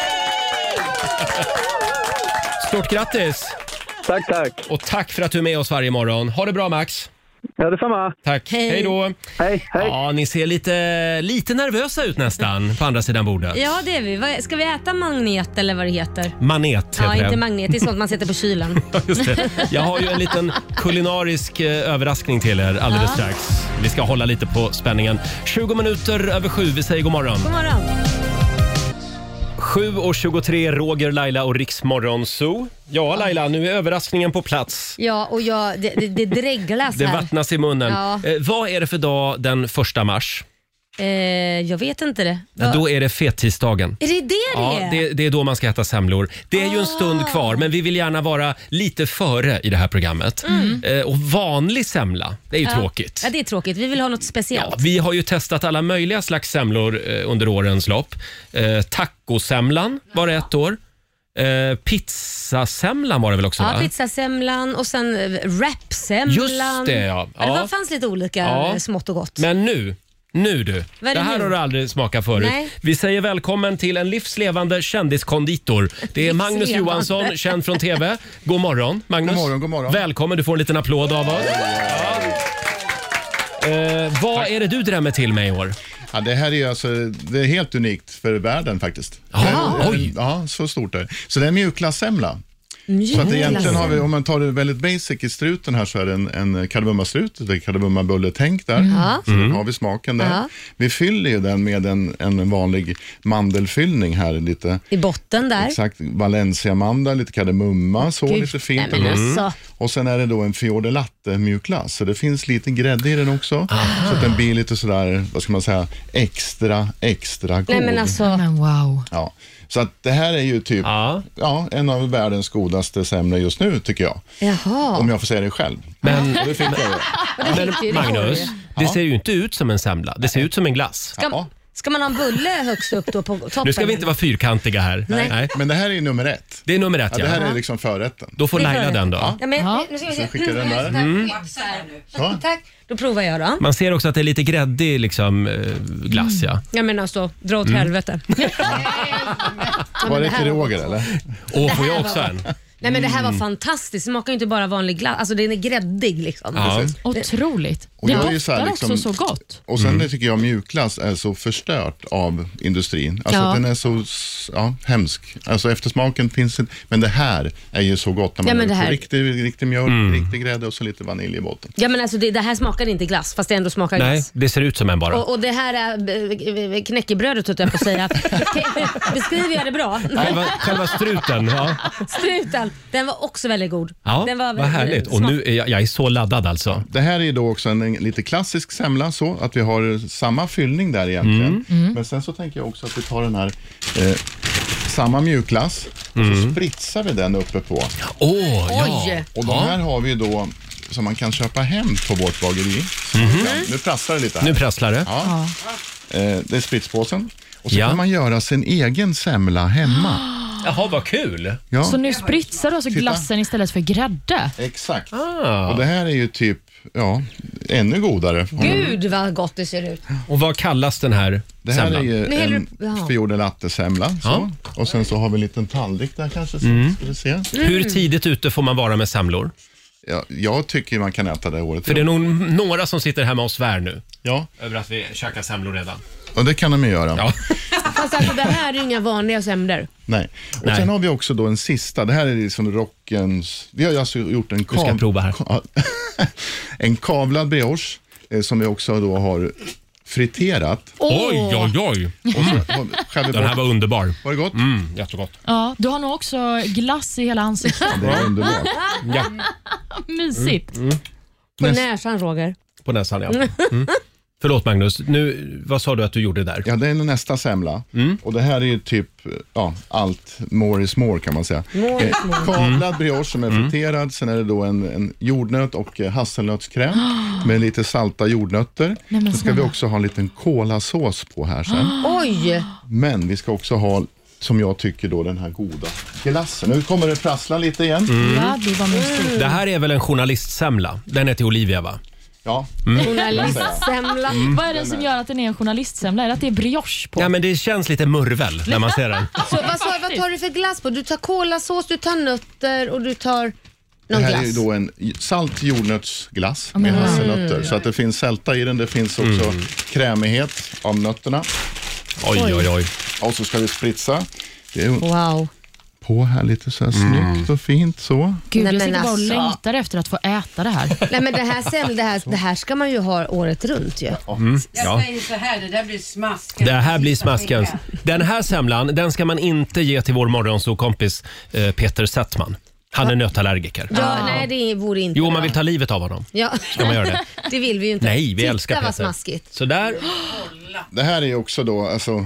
Stort grattis! Tack. Och tack för att du är med oss varje morgon. Ha det bra, Max. Ja, detsamma. Tack. Hej då. Hej. Ja, ni ser lite nervösa ut nästan på andra sidan bordet. Ja, det är vi. Ska vi äta magnet eller vad det heter? Manet heter Ja, inte det. magnet. Det är sånt man sätter på kylen. Just det. Jag har ju en liten kulinarisk överraskning till er alldeles strax. Vi ska hålla lite på spänningen. 20 minuter över 7, vi säger god morgon. God morgon. 7:23, Roger, Laila och Rix Morgonzoo. Ja, Laila, nu är överraskningen på plats. Ja, och det dreglas Det här. vattnas i munnen. Ja. Vad är det för dag den 1 mars? Jag vet inte det. Ja, då är det fettisdagen. Är det Ja, det är då man ska äta semlor. Det är ju en stund kvar, men vi vill gärna vara lite före i det här programmet. Och vanlig semla, det är ju tråkigt. Ja, det är tråkigt. Vi vill ha något speciellt. Ja, vi har ju testat alla möjliga slags semlor under årens lopp. Tacosemlan var det ett år. Pizzasemlan var det väl också, va? Ja, pizzasemlan och sen wrapsemlan. Just det, ja. Det fanns lite olika smått och gott. Men nu du. Vad är Det här nu? har du aldrig smakat förut. Nej. Vi säger välkommen till en livslevande kändiskonditor. Det är Magnus Livslevande. Johansson, känd från TV. God morgon, Magnus. God morgon. Välkommen, du får en liten applåd av oss. Vad är det du drämmer till med i år? Ja, det här är det är helt unikt för världen faktiskt. Oj. Ja, så stort är det. Så det är en mjukglassemla. Så att egentligen har vi, om man tar det väldigt basic i struten här, så är det en kardemummastrut. Det är kardemummabulletänk där. Så har vi smaken där. Vi fyller ju den med en vanlig mandelfyllning här lite. I botten där. Exakt, Valencia-mandel, lite kardemumma, så lite fint. Nej, men alltså. Och sen är det då en fior de latte mjukglass. Så det finns lite grädde i den också. Så att den blir lite sådär, vad ska man säga, extra god. Nej, men alltså. Men wow. Ja. Så att det här är ju typ en av världens godaste semlor just nu, tycker jag. Jaha. Om jag får säga det själv. Men, Det fick jag ju. men Magnus, det ser ju inte ut som en semla. Det ser ut som en glass. Ska man ha en bulle högst upp då på toppen? Nu ska vi inte vara fyrkantiga här. Nej. Men det här är nummer 1. Det är nummer 1, Det här är liksom förrätten. Då får Laila den då. Ja, men, nu ska vi se. Så skickar den där. Tack. Då provar jag då. Man ser också att det är lite gräddig glass, ja. Ja, men alltså, dra åt helvete. Var det till Roger, eller? Får jag också en? Nej, men det här var fantastiskt. Det smakar ju inte bara vanlig glass. Alltså den är gräddig liksom. Ja. Otroligt. Och Det jag är ju doftar så här, liksom, också så gott. Och sen det tycker jag mjukglass är så förstört av industrin. Alltså den är så hemsk. Alltså eftersmaken finns inte. Men det här är ju så gott när man har riktig mjölk, riktig grädde och så lite vanilj i botten. Ja, men alltså det här smakar inte glass, fast det ändå smakar glass. Nej, det ser ut som en bara. Och det här är knäckebrödet, tror jag på att säga. Beskriver jag det bra? Själva struten, ja. Struten, den var också väldigt god. Ja, Den var vad härligt. Och nu är jag är så laddad alltså. Det här är då också en lite klassisk semla, så att vi har samma fyllning där egentligen. Men sen så tänker jag också att vi tar den här samma mjukglass och så spritsar vi den uppe på. Oj! Och de här har vi då som man kan köpa hem på vårt bageri. Nu prasslar det lite här. Nu prasslar det. Ja. Det är spritspåsen. Och så kan man göra sin egen semla hemma. Jaha, vad kul. Ja. Så nu spritsar du alltså glassen istället för grädde? Exakt. Och det här är ju typ, ännu godare. Gud vad gott det ser ut. Och vad kallas den här Det här semlan? är ju en fior de latte-semla. Så. Och sen så har vi en liten tallrik där kanske. Så ska vi se. Hur tidigt ute får man vara med semlor? jag tycker man kan äta det året. För det är nog några som sitter hemma och svär nu. Ja. Över att vi käkar semlor redan. Och det kan de ju göra. Ja. Fast alltså, det här är ju inga vanliga semlor. Nej. Och sen har vi också då en sista. Det här är liksom rockens... Vi har alltså gjort en ska jag prova här. en kavlad brioche som vi också då har friterat. Oj. Den här var underbar. Var det gott? Jättegott. Ja, du har nog också glass i hela ansiktet. Det är underbart. Ja. Mysigt. På näsan, Roger. På näsan, ja. Förlåt Magnus, nu, vad sa du att du gjorde där? Ja, det är nästa semla. Och det här är ju typ allt more is more kan man säga. Kavlad brioche som är friterad. Sen är det då en jordnöt och hasselnötskräm med lite salta jordnötter. Sen ska vi också ha en liten kolasås på här sen. Oj! Men vi ska också ha, som jag tycker då, den här goda glassen. Nu kommer det prassla lite igen. Ja, det var mysigt. Det här är väl en journalistsemla? Den är till Olivia, va? Ja. Journalistsemla. Vad är det som gör att den är en journalistsemla? Är det att det är brioche på? Ja, men det känns lite murvel när man ser den. Så vad tar du för glass på? Du tar kolasås, du tar nötter och du tar någon glass. Det här är då en salt jordnötsglass med hasselnötter. Så att det finns sälta i den. Det finns också krämighet av nötterna. Oj. Och så ska vi spritsa. Det är wow. På här lite så här snyggt och fint så. Gud, jag sitter bara och längtar efter att få äta det här. Nej, men det här ska man ju ha året runt ju. Jag säger så här, det där blir smasken. Det här blir smasken. Den här semlan, den ska man inte ge till vår morgonsokompis Peter Settman. Han är nötallergiker. Ja, nej, det vore inte. Jo, man vill ta livet av honom. Ja. Ska man göra det? Det vill vi ju inte. Nej, vi älskar Peter. Titta vad smaskigt. Så där. Det här är också då, alltså,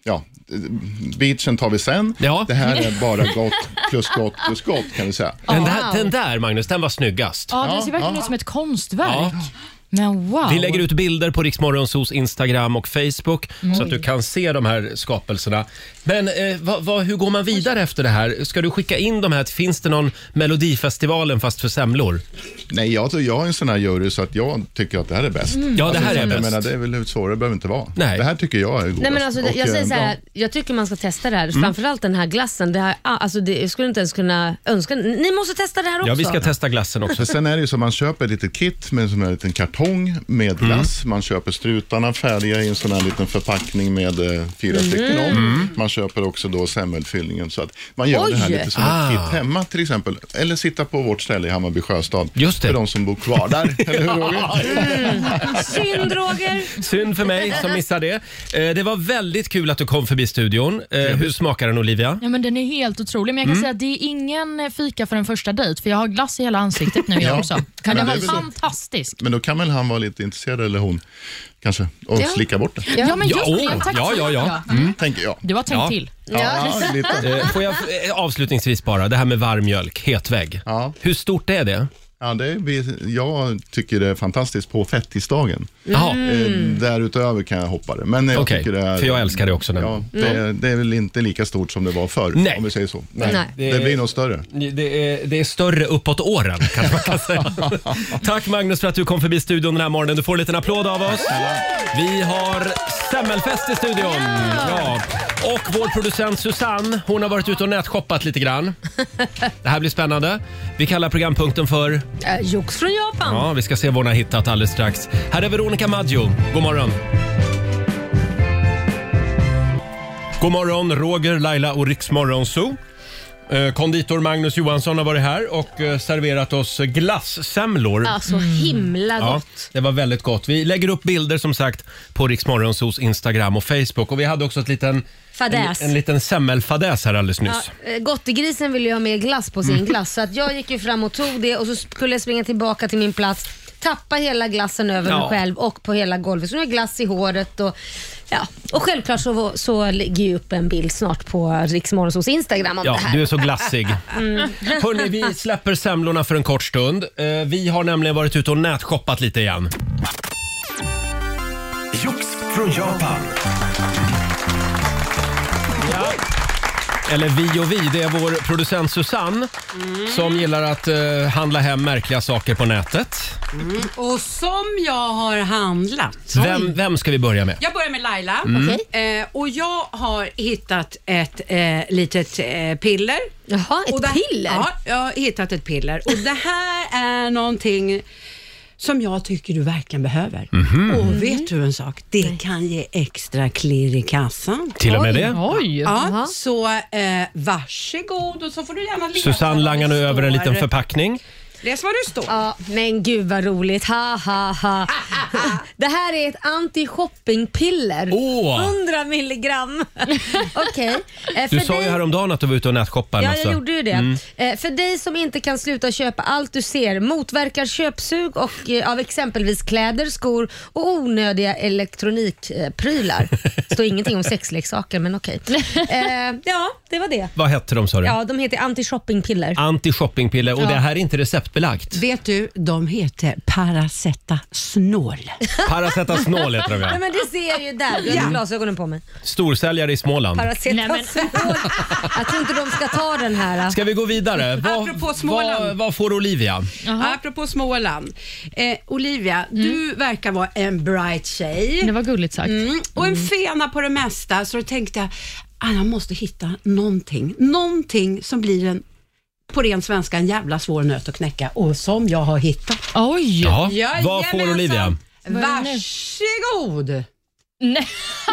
beachen tar vi sen. Ja. Det här är bara gott plus gott kan vi säga. Den där Magnus, den var snyggast. Ja, det ser verkligen ut som ett konstverk. Ja. Men wow. Vi lägger ut bilder på Riksmorgonsos Instagram och Facebook så att du kan se de här skapelserna. Men hur går man vidare efter det här? Ska du skicka in de här? Finns det någon Melodifestivalen fast för semlor? Nej, jag är en sån här jury så att jag tycker att det här är bäst. Ja, det här är bäst. Jag menar, det är väl svårare, det behöver inte vara. Nej. Det här tycker jag är godast. Nej, men alltså, jag säger så här, jag tycker man ska testa det här. Framförallt den här glassen. Det här, alltså, jag skulle inte ens kunna önska. Ni måste testa det här också. Ja, vi ska testa glassen också. Sen är det ju så, man köper ett litet kit med en sån här liten kartong med glass. Man köper strutarna färdiga i en sån här liten förpackning med 4 stycken om. Man köper också då semmelfyllningen så att man gör det här lite som ett kit hemma till exempel. Eller sitta på vårt ställe i Hammarby Sjöstad. Just det. För de som bor kvar där. Eller hur, Roger? Synd, Roger. Synd för mig som missade det. Det var väldigt kul att du kom förbi studion. Hur smakar den, Olivia? Ja, men den är helt otrolig. Men jag kan säga att det är ingen fika för en första dejt. För jag har glass i hela ansiktet nu jag också. Kan det vara fantastiskt? Men då kan väl han vara lite intresserad, eller hon kanske, och slicka bort det. Ja, men just det. Tack så mycket. Tänker jag. Du har tänkt till. Ja, lite. Får jag avslutningsvis bara, det här med varm mjölk, hetvägg. Ja. Hur stort är det? Ja, jag tycker det är fantastiskt på fettisdagen. Därutöver kan jag hoppa det. Men jag tycker det är, för jag älskar det också. Det är väl inte lika stort som det var förr. Nej. Om vi säger så. Nej. Det blir nog större. Det är större uppåt åren, kanske man kan säga. Tack Magnus för att du kom förbi studion den här morgonen. Du får en liten applåd av oss. Vi har semmelfest i studion. Ja. Och vår producent Susanne, hon har varit ute och nätshoppat lite grann. Det här blir spännande. Vi kallar programpunkten för Jox från Japan. Ja, vi ska se vad hon har hittat alldeles strax. Här är Veronica Maggio. God morgon. God morgon, Roger, Laila och Riksmorgonzoo. Konditor Magnus Johansson har varit här och serverat oss glassemlor. Ja, så himla gott. Ja, det var väldigt gott. Vi lägger upp bilder som sagt på Riksmorgonzoos Instagram och Facebook. Och vi hade också en liten semmelfadäs här alldeles nyss. Ja, Gottegrisen ville ju ha med glass på sin glass. Så att jag gick ju fram och tog det och så skulle jag springa tillbaka till min plats. Tappa hela glassen över mig själv och på hela golvet. Så nu har jag glass i håret och självklart så lägger jag upp en bild snart på Riksmorgonzoos Instagram om det här. Du är så glassig. Hörrni, vi släpper semlorna för en kort stund. Vi har nämligen varit ute och nätshoppat lite igen. Jox från Japan. Eller vi och vi, det är vår producent Susanne som gillar att handla hem märkliga saker på nätet. Och som jag har handlat. Vem ska vi börja med? Jag börjar med Laila. Och jag har hittat ett litet piller. Jaha, piller? Ja, jag har hittat ett piller. Och det här är någonting som jag tycker du verkligen behöver. Och vet du en sak? Det kan ge extra klirr i kassan. Till och med det? Oj. Ja, så varsågod och så får du gärna läsa. Susanne langar nu över en liten förpackning. Läs vad det står. Ja, men gud vad roligt. Ha, ha, ha. Det här är ett anti-shoppingpiller. 100 milligram. Okej. Du sa ju häromdagen att du var ute och nätshoppade. Ja, jag gjorde ju det. För dig som inte kan sluta köpa allt du ser, motverkar köpsug och av exempelvis kläder, skor och onödiga elektronikprylar. Står ingenting om sexleksaker, men okej. Ja, det var det. Vad hette de, sa du? Ja, de heter anti-shoppingpiller. Anti-shoppingpiller, och det här är inte receptbelagt. Vet du, de heter Paracetasnol. Paracetasnol heter de, ja. Nej, men det ser jag ju där. Du har glasögonen på mig. Storsäljare i Småland. Paracetasol. Jag tror inte de ska ta den här. Ska vi gå vidare? Apropå Småland. Vad får Olivia? Apropå Småland. Olivia, du verkar vara en bright tjej. Det var gulligt sagt. Och en fena på det mesta. Så då tänkte jag måste hitta någonting som blir en, på ren svenska, en jävla svår nöt att knäcka. Och som jag har hittat. Oj! Ja, vad får Olivia? Varsågod! Nej.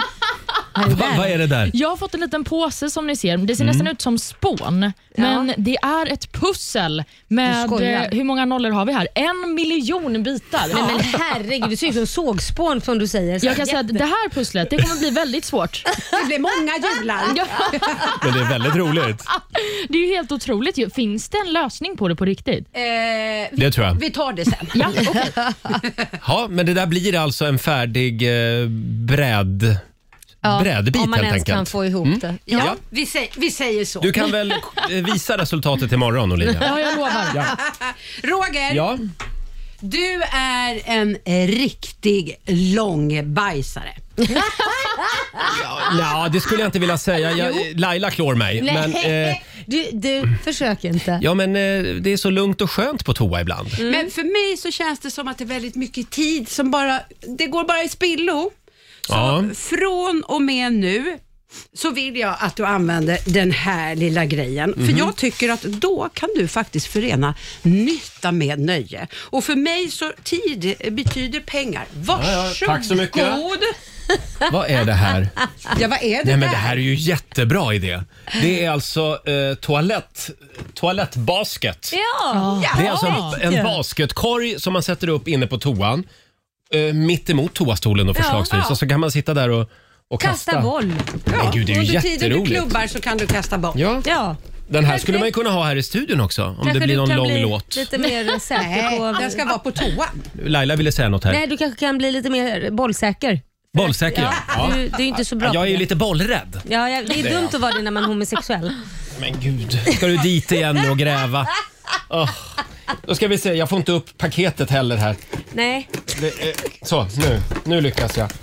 Vad är det där? Jag har fått en liten påse som ni ser. Det ser nästan ut som spån. Men det är ett pussel med, hur många nollor har vi här? 1 miljon bitar. Nej, men herregud, det ser ut som sågspån som du säger. Jag kan säga att det här pusslet, det kommer bli väldigt svårt. Det blir många jular. Men det är väldigt roligt. Det är ju helt otroligt. Finns det en lösning på det på riktigt? Det tror jag. Vi tar det sen. Ja, okay. Ja, men det där blir alltså en färdig brädbit helt om man ens enkelt. kan få ihop det. Ja, vi säger så. Du kan väl visa resultatet imorgon, Olivia? Ja, jag lovar. Ja. Roger, Ja. du är en riktig långbajsare. Ja, det skulle jag inte vilja säga. Laila klår mig. Men, du försöker inte. ja, men det är så lugnt och skönt på toa ibland. Men för mig så känns det som att det är väldigt mycket tid som det går bara i spillo. Så från och med nu så vill jag att du använder den här lilla grejen. För jag tycker att då kan du faktiskt förena nytta med nöje. Och för mig så tid betyder pengar. Varsågod. Tack så mycket. Vad är det här? Ja, vad är det? Nej, men det här är ju jättebra idé. Det är alltså toalettbasket. Ja. Det är alltså en basketkorg som man sätter upp inne på toan. Mitt emot toastolen då förslagsvis. Och så kan man sitta där och kasta boll. Men gud, det är ju under tiden du jätteroligt. klubbar så kan du kasta boll. Ja. Den här skulle man ju kunna ha här i studion också. Om Kanske det blir någon du kan lång bli låt. lite mer säker på... Den ska vara på toan. Laila ville säga något här. Nej, du kanske kan bli lite mer bollsäker. Bollsäker, ja. Du är inte så bra. Jag är ju på det. lite bollrädd. Ja, det är dumt att vara det när man är homosexuell. Men gud, ska du dit igen och gräva? Då ska vi se, jag får inte upp paketet heller här. Nej. Så, nu lyckas jag.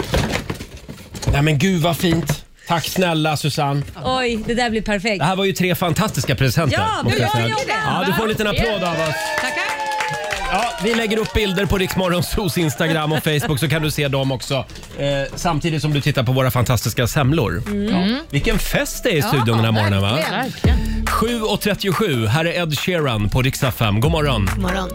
Nej, men gud vad fint. Tack snälla Susanne. Oj, det där blir perfekt. Det här var ju 3 fantastiska presenter. Ja, måste jag säga. det. Ja, du får en liten applåd av oss. Tackar. Ja, vi lägger upp bilder på Rix Morgonzos Instagram och Facebook, så kan du se dem också. Samtidigt som du tittar på våra fantastiska semlor. Ja. Vilken fest det är i studion den här morgonen, va? Verkligen. 7:37, här är Ed Sheeran på Rix FM. God morgon. God morgon.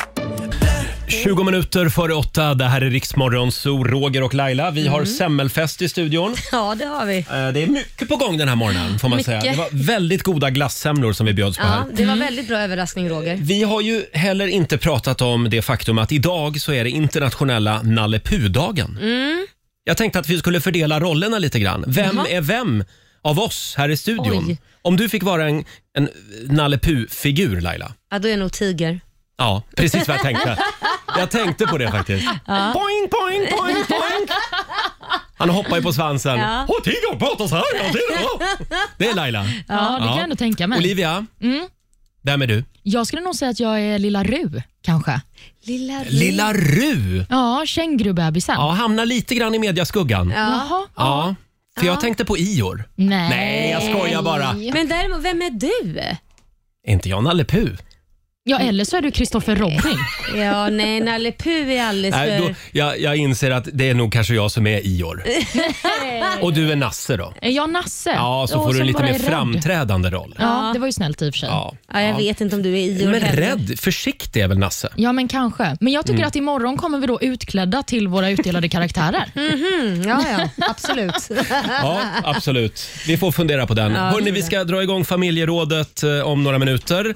20 minuter före 8, det här är Rix Morgonzoo, Roger och Laila. Vi har semmelfest i studion. Ja, det har vi. Det är mycket på gång den här morgonen, får man säga. Det var väldigt goda glassemlor som vi bjöds på här. Ja, det var väldigt bra överraskning, Roger. Vi har ju heller inte pratat om det faktum att idag så är det internationella Nalle Puh-dagen. Jag tänkte att vi skulle fördela rollerna lite grann. Vem är vem av oss här i studion? Oj. Om du fick vara en Nalle Puh-figur, Laila. Ja, då är jag nog tiger. Ja, precis vad jag tänkte. Jag tänkte på det faktiskt. Poing, poing, poing, poing. Han hoppar ju på svansen. Ja. Och tiger pratar så här. Det är Laila. Ja, det kan jag nog tänka mig. Olivia, vem är du? Jag skulle nog säga att jag är Lilla Ru, kanske. Lilla Ru? Ja, kängurubebisen. Ja, hamnar lite grann i mediaskuggan. Jaha. Ja. För jag tänkte på Ior. Nej, jag skojar bara. Men däremot, vem är du? Är inte jag Nalle Puh? Ja, eller så är du Christopher Robin. Ja, nej, Nalle Puh är alldeles för... Jag inser att det är nog kanske jag som är Ior. Och du är Nasse då? Är jag Nasse? Ja, så får du en lite mer framträdande roll. Ja, det var ju snällt i och för sig. Ja, jag vet inte om du är Ior. Men rädd, försiktig är väl Nasse? Ja, men kanske. Men jag tycker att imorgon kommer vi då utklädda till våra utdelade karaktärer. Ja, absolut. Ja, absolut. Vi får fundera på den. Hörrni, vi ska dra igång familjerådet om några minuter.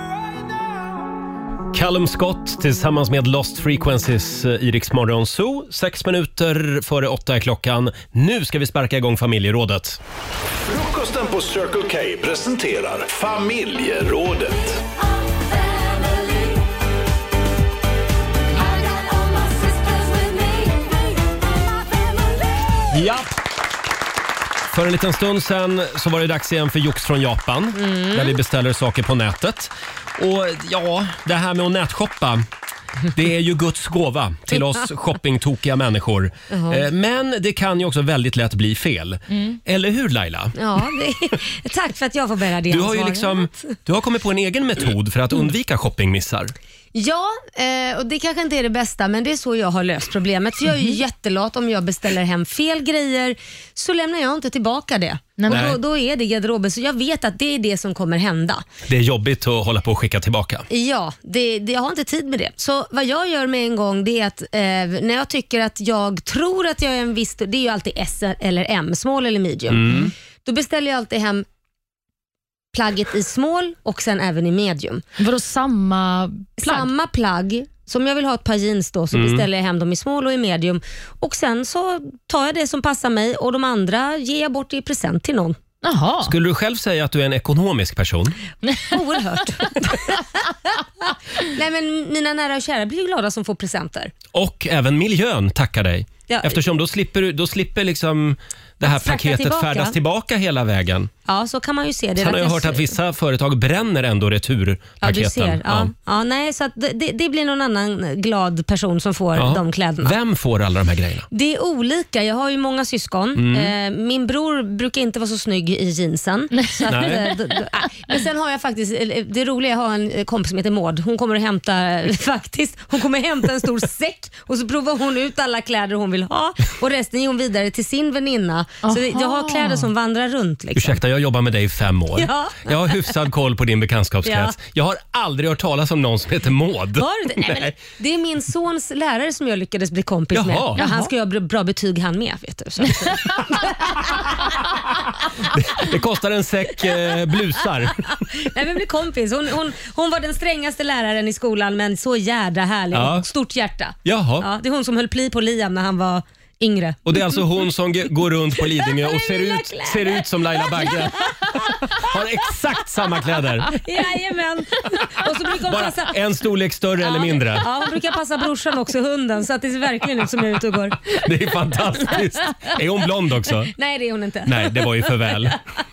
Callum Scott tillsammans med Lost Frequencies i Rix Morgon Zoo. 6 minuter före 8 är klockan. Nu ska vi sparka igång familjerådet. Frukosten på Circle K presenterar familjerådet. Ja. För en liten stund sen så var det dags igen för Jox från Japan. Där vi beställer saker på nätet. Och ja, det här med att nätshoppa, det är ju Guds gåva till oss shoppingtokiga människor. Men det kan ju också väldigt lätt bli fel. Eller hur, Laila? Ja, tack för att jag får bära det ansvaret. Du har kommit på en egen metod för att undvika shoppingmissar. Ja, och det kanske inte är det bästa, men det är så jag har löst problemet. För jag är ju jättelat. Om jag beställer hem fel grejer så lämnar jag inte tillbaka det. Och då är det i garderoben, så jag vet att det är det som kommer hända. Det är jobbigt att hålla på och skicka tillbaka. Ja, jag har inte tid med det. Så vad jag gör med en gång, det är att när jag tycker att jag tror att jag är en viss... Det är ju alltid S eller M, small eller medium. Då beställer jag alltid hem plagget i small och sen även i medium. Vadå samma plagg? Samma plagg. Som jag vill ha ett par jeans då, så beställer jag hem dem i small och i medium. Och sen så tar jag det som passar mig och de andra ger jag bort i present till någon. Aha. Skulle du själv säga att du är en ekonomisk person? Oerhört. Nej, men mina nära och kära blir glada som får presenter. Och även miljön tackar dig. Ja. Eftersom då slipper liksom det här paketet färdas tillbaka hela vägen. Ja, så kan man ju se det. Sen har jag hört att vissa företag bränner ändå returpaketen. Ja, du ser. Ja, nej, så att det blir någon annan glad person som får de kläderna. Vem får alla de här grejerna? Det är olika. Jag har ju många syskon. Min bror brukar inte vara så snygg i jeansen. Så att, men sen har jag faktiskt, det roliga, jag har en kompis som heter Maud. Hon kommer att hämta en stor säck och så provar hon ut alla kläder hon vill ha och resten ger hon vidare till sin väninna. Så jag har kläder som vandrar runt. Liksom. Ursäkta, jag jobbar med dig i 5 år. Ja. Jag har hyfsad koll på din bekantskapskrets. Jag har aldrig hört talas om någon som heter Maud. Nej, det är min sons lärare som jag lyckades bli kompis med. Ja, han ska göra bra betyg han med, vet du. Så. Det kostar en säck blusar. Nej, men bli kompis. Hon var den strängaste läraren i skolan, men så jädra härlig. Stort hjärta. Jaha. Ja, det är hon som höll pli på Liam när han var yngre. Och det är alltså hon som går runt på Lidingö och ser ut som Laila Bagge. Har exakt samma kläder. Jajamän. Och så brukar hon bara en storlek större eller mindre. Ja, hon brukar passa brorsan också, hunden, så att det ser verkligen ut som jag är ute och går. Det är fantastiskt. Är hon blond också? Nej, det är hon inte. Nej, det var ju för väl.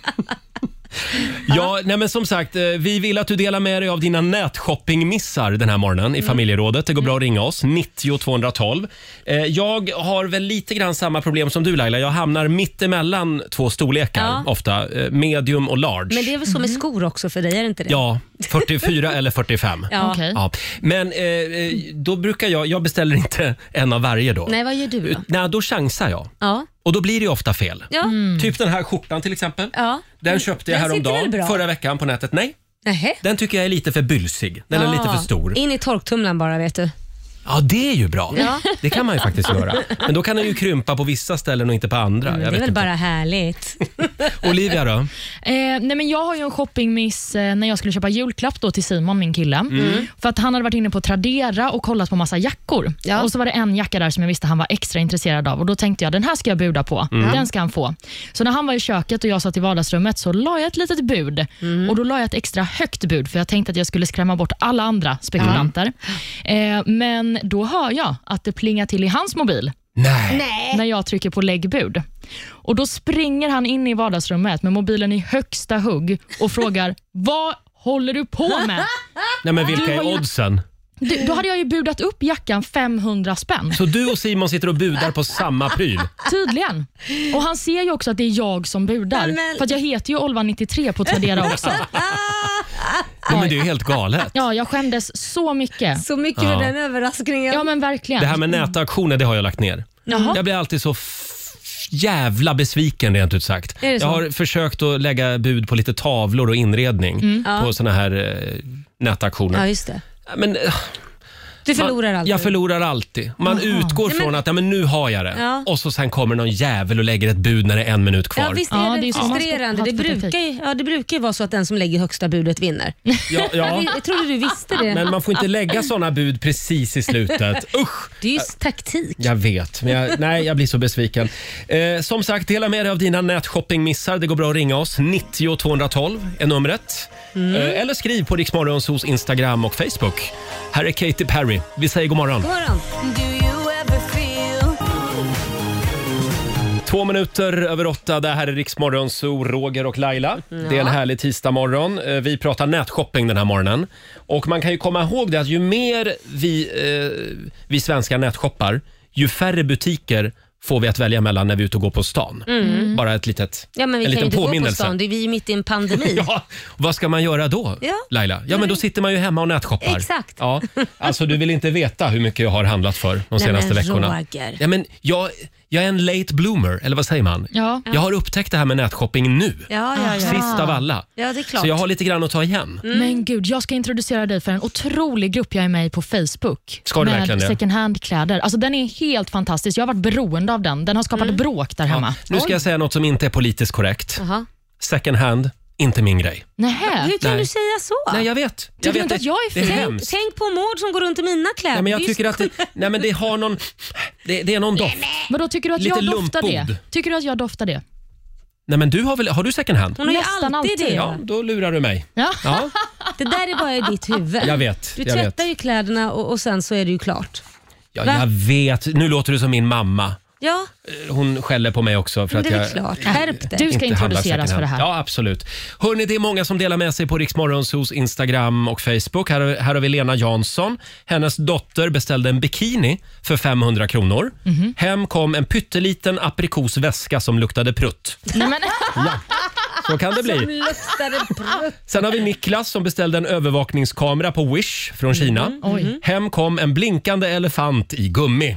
Ja, nej men som sagt, vi vill att du delar med dig av dina nätshoppingmissar den här morgonen i familjerådet. Det går bra att ringa oss, 90 212. Jag har väl lite grann samma problem som du, Laila. Jag hamnar mitt emellan 2 storlekar ofta, medium och large. Men det är väl så med skor också för dig, är det inte det? Ja, 44 eller 45. Ja. Men då brukar jag beställer inte en av varje då. Nej, vad gör du då? Nej, då chansar jag. Ja. Och då blir det ju ofta fel. Ja. Typ den här skjortan till exempel. Ja. Den köpte jag häromdagen, förra veckan på nätet. Nej, den tycker jag är lite för bylsig. Den är lite för stor. In i torktumlaren bara, vet du. Ja, det är ju bra. Ja. Det kan man ju faktiskt göra. Men då kan den ju krympa på vissa ställen och inte på andra. Det är väl bara härligt. Olivia då? Nej, men jag har ju en shoppingmiss när jag skulle köpa julklapp då till Simon, min kille. För att han hade varit inne på Tradera och kollat på massa jackor. Ja. Och så var det en jacka där som jag visste han var extra intresserad av. Och då tänkte jag, den här ska jag buda på. Den ska han få. Så när han var i köket och jag satt i vardagsrummet så la jag ett litet bud. Och då la jag ett extra högt bud för jag tänkte att jag skulle skrämma bort alla andra spekulanter. Men då hör jag att det plingar till i hans mobil. Nej. När jag trycker på läggbud. Och då springer han in i vardagsrummet med mobilen i högsta hugg och frågar, vad håller du på med? Nej, men vilka är oddsen? Då hade jag ju budat upp jackan 500 spänn. Så du och Simon sitter och budar på samma pryl? Tydligen. Och han ser ju också att det är jag som budar. För att jag heter ju Olva93 på Tradera också. Nej, men det är ju helt galet. Ja, jag skämdes så mycket. Så mycket för den överraskningen. Ja, men verkligen. Det här med nätauktioner, det har jag lagt ner. Jaha. Jag blir alltid så jävla besviken, rent ut sagt. Jag har försökt att lägga bud på lite tavlor och inredning på såna här nätauktioner. Ja, just det. Men du förlorar alltid. Jag förlorar alltid. Man utgår från att nu har jag det. Ja. Och så sen kommer någon jävel och lägger ett bud när det är 1 minut kvar. Ja, visst är det frustrerande. Det brukar ju vara så att den som lägger högsta budet vinner. Ja. Jag trodde du visste det. Men man får inte lägga såna bud precis i slutet. Usch! Det är ju taktik. Jag vet, men jag blir så besviken. Som sagt, dela med dig av dina nätshoppingmissar. Det går bra att ringa oss. 90 212 är numret. Eller skriv på Rix Morgonzos Instagram och Facebook. Här är Katy Perry. Vi säger god morgon. God morgon. 7:02. Det här är Rix Morgonzo, Roger och Laila. Det är en härlig tisdagmorgon. Vi pratar nätshopping den här morgonen. Och man kan ju komma ihåg det att ju mer vi svenskar nätshoppar, ju färre butiker får vi att välja mellan när vi är ute och går på stan. Bara ett litet, men vi en kan liten inte påminnelse. gå på stan, det är vi mitt i en pandemi. Ja, vad ska man göra då, Laila? Ja, men då sitter man ju hemma och nätshoppar. Exakt. Ja, alltså du vill inte veta hur mycket jag har handlat för de senaste veckorna. Roger. Ja, men jag är en late bloomer, eller vad säger man? Ja. Jag har upptäckt det här med nätshopping nu. Ja. Sist av alla. Ja, det är klart. Så jag har lite grann att ta igen. Men gud, jag ska introducera dig för en otrolig grupp jag är med i på Facebook. Ska du verkligen det? Med second hand-kläder. Alltså den är helt fantastisk. Jag har varit beroende av den. Den har skapat bråk där hemma. Nu ska jag säga något som inte är politiskt korrekt. Second hand, inte min grej. Nähä. Hur kan du säga så? Nej, jag vet. Tycker du inte att jag är det är fin? hemskt. Tänk på Mård som går runt i mina kläder. Nej, men jag tycker att det har någon... Det är någon doft. Men då tycker du att Lite jag doftar lumpbod. det? Tycker du att jag doftar det? Nej, men har du second hand? Hon har ju Nästan alltid det. Ja, då lurar du mig. Ja. Det där är bara i ditt huvud. Jag vet. Du tvättar ju kläderna och sen så är det ju klart. Ja, jag vet. Nu låter du som min mamma. Ja. Hon skäller på mig också för att det är jag klart. Skärp dig. Du ska introduceras för det här. Ja, absolut. Hörrni, det är många som delar med sig på Rix Morgonzos Instagram och Facebook. Här har vi Lena Jansson. Hennes dotter beställde en bikini för 500 kronor. Hem kom en pytteliten aprikosväska som luktade prutt. Nej, men... Ja, så kan det bli. Som luktade prutt. Sen har vi Niklas som beställde en övervakningskamera på Wish från Kina. Hem kom en blinkande elefant i gummi.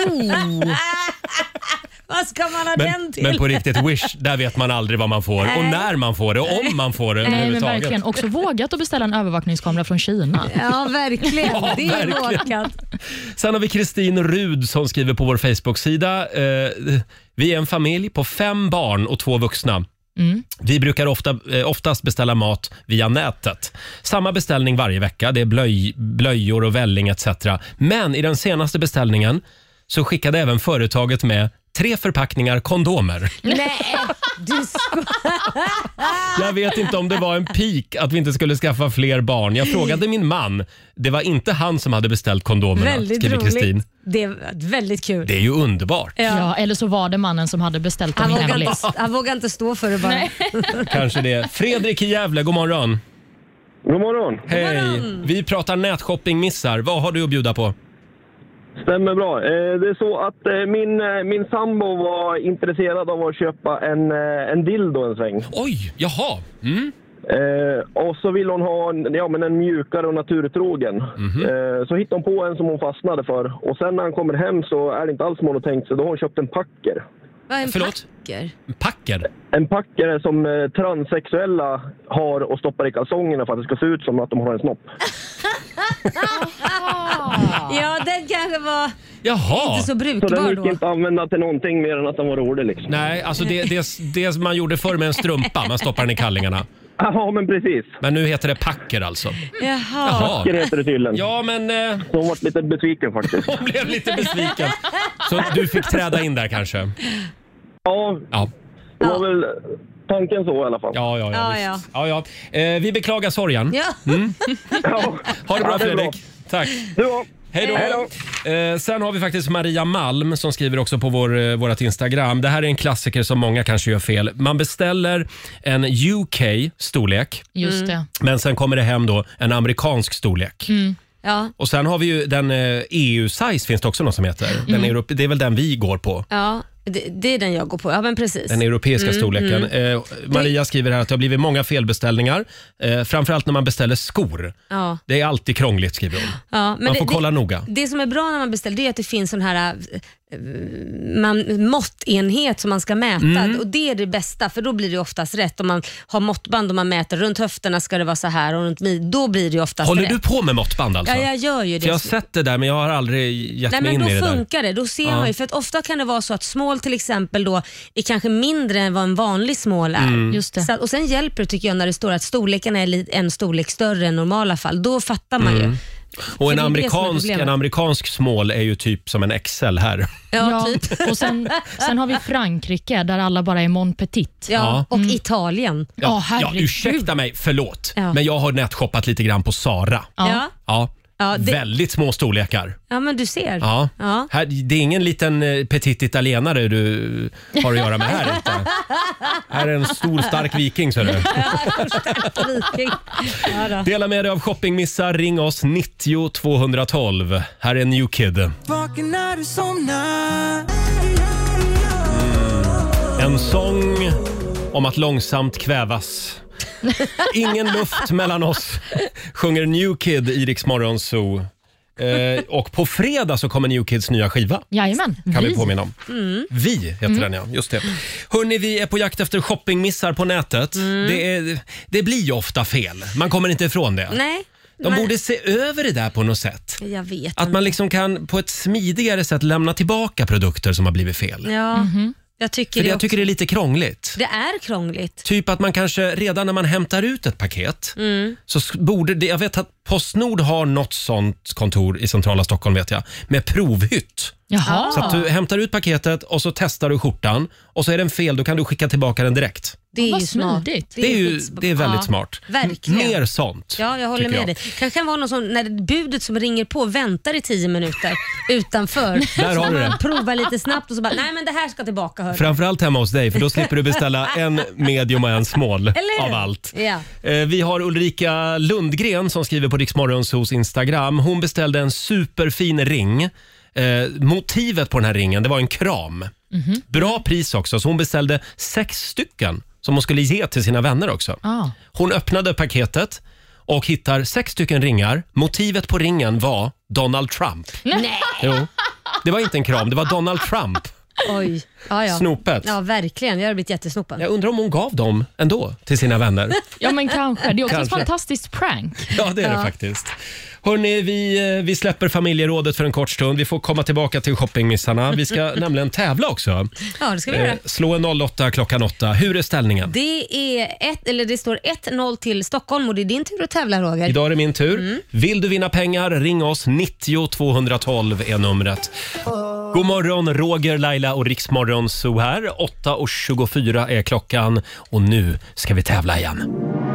Vad ska man ha den till? Men på riktigt, Wish, där vet man aldrig vad man får. Och när man får det och om man får det överhuvudtaget. Verkligen. Också vågat att beställa en övervakningskamera från Kina. Ja, verkligen. Ja, det är verkligen. vågat. Sen har vi Kristin Rud som skriver på vår Facebook-sida. Vi är en familj på 5 barn och 2 vuxna. Vi brukar oftast beställa mat via nätet. Samma beställning varje vecka. Det är blöjor och välling etc. Men i den senaste beställningen så skickade även företaget med 3 förpackningar kondomer. Nej, du Jag vet inte om det var en pik att vi inte skulle skaffa fler barn. Jag frågade min man. Det var inte han som hade beställt kondomerna, väldigt skriver Kristin. roligt. Det är väldigt kul. Det är ju underbart. Ja, eller så var det mannen som hade beställt dem hemligt. Han vågar inte stå för det bara. Nej. Kanske det. Fredrik i Gävle, god morgon. God morgon. Hej, vi pratar nätshoppingmissar. Vad har du att bjuda på? Stämmer bra. Det är så att min sambo var intresserad av att köpa en dildo en sväng. Oj, jaha. Och så vill hon ha en mjukare och naturtrogen. Så hittade hon på en som hon fastnade för. Och sen när han kommer hem så är det inte alls som hon har tänkt sig. Då har hon köpt en packer. Vad är en Förlåt? packer? Packer? En packer är som transsexuella har och stoppar i kalsongerna för att det ska se ut som att de har en snopp. Ja, den kanske var inte så Så brukbar den då. gick inte använda till någonting mer än att den var rolig liksom. Nej, alltså det man gjorde förr med en strumpa. Man stoppar den i kallingarna. Ja, men precis. Men nu heter det packer alltså. Jaha. Packer heter det tydligen. Ja, men... Så hon var lite besviken faktiskt. Hon blev lite besviken. Så du fick träda in där kanske? Ja. Det var väl tanken så i alla fall. Ja. Vi beklagar sorgen. Ja. Ha det bra, Fredrik. Tack. Du då. Hej då. Sen har vi faktiskt Maria Malm som skriver också på vårat Instagram. Det här är en klassiker som många kanske gör fel. Man beställer en UK-storlek. Just det. Men sen kommer det hem då en amerikansk storlek. Ja. Och sen har vi ju den EU-size finns det också något som heter. Det är väl den vi går på. Ja. Det är den jag går på, ja men precis. Den europeiska storleken. Maria skriver här att det har blivit många felbeställningar. Framförallt när man beställer skor. Ja. Det är alltid krångligt, skriver hon. Ja, men man får kolla noga. Det som är bra när man beställer, det är att det finns sån här måttenhet som man ska mäta. Och det är det bästa, för då blir det oftast rätt. Om man har måttband och man mäter runt höfterna ska det vara så här och runt då blir det oftast Håller rätt. du på med måttband alltså? Ja, jag gör ju det. För jag har sett det där men jag har aldrig gett mig in i det där. Då funkar det, då ser man ju. För att ofta kan det vara så att small till exempel då är kanske mindre än vad en vanlig small är. Just det. Så, och sen hjälper det tycker jag när det står att storleken är en storlek större än normala fall. Då fattar man ju. Och en amerikansk small är ju typ som en XL här. Ja, typ. Och sen har vi Frankrike där alla bara är mon petit. Ja, och Italien. Ja, ursäkta mig, förlåt. Men jag har nätshoppat lite grann på Zara. Ja, väldigt små storlekar. Ja, men du ser. Ja. Här, det är ingen liten petit italienare du har att göra med här. Här är en stor stark viking, så du. Dela med dig av shoppingmissar. Ring oss 90 212. Här är New Kid. En sång om att långsamt kvävas. Ingen luft mellan oss, sjunger New Kid i Rix Morgon Zoo. Och på fredag så kommer New Kids nya skiva. Jajamän. Kan vi påminna om. Vi heter den, ja. Just det. Hörrni, vi är på jakt efter shoppingmissar på nätet. Det blir ju ofta fel. Man kommer inte ifrån det. Nej. De borde se över det där på något sätt. Jag vet. Att man liksom kan på ett smidigare sätt lämna tillbaka produkter som har blivit fel. Ja. Jag tycker det är lite krångligt. Det är krångligt. Typ att man kanske redan när man hämtar ut ett paket så borde det, jag vet att Postnord har något sånt kontor i centrala Stockholm vet jag, med provhytt. Jaha. Så att du hämtar ut paketet och så testar du skjortan och så är den fel, då kan du skicka tillbaka den direkt. Det är ju smart. Det är väldigt smart. Verkligen. Mer sånt. Ja, jag håller med dig. Det kan vara någon som när budet som ringer på väntar i 10 minuter utanför. Där har du det. Prova lite snabbt och så bara, nej men det här ska tillbaka. Hör. Framförallt hemma hos dig, för då slipper du beställa en medium och en small av allt. Ja. Vi har Ulrika Lundgren som skriver på Rix Morgon Zoos Instagram. Hon beställde en superfin ring. Motivet på den här ringen, det var en kram. Bra pris också, så hon beställde 6 stycken som hon skulle ge till sina vänner också. Hon öppnade paketet och hittar 6 stycken ringar. Motivet på ringen var Donald Trump. Nej. Jo, det var inte en kram, det var Donald Trump. Oj. Ja. Snopet. Ja, verkligen. Jag har blivit jättesnopad. Jag undrar om hon gav dem ändå till sina vänner. Ja, men kanske. Det är också ett fantastiskt prank. Ja, det är det faktiskt. Hörrni, vi släpper familjerådet för en kort stund. Vi får komma tillbaka till shoppingmissarna. Vi ska nämligen tävla också. Ja, det ska vi göra. Slå en 08 klockan 8. Hur är ställningen? Det står 1-0 till Stockholm och det är din tur att tävla, Roger. Idag är det min tur. Vill du vinna pengar, ring oss. 90 212 är numret. God morgon, Roger, Laila och Rix Morgon Zoo här. 8:24 är klockan och nu ska vi tävla igen.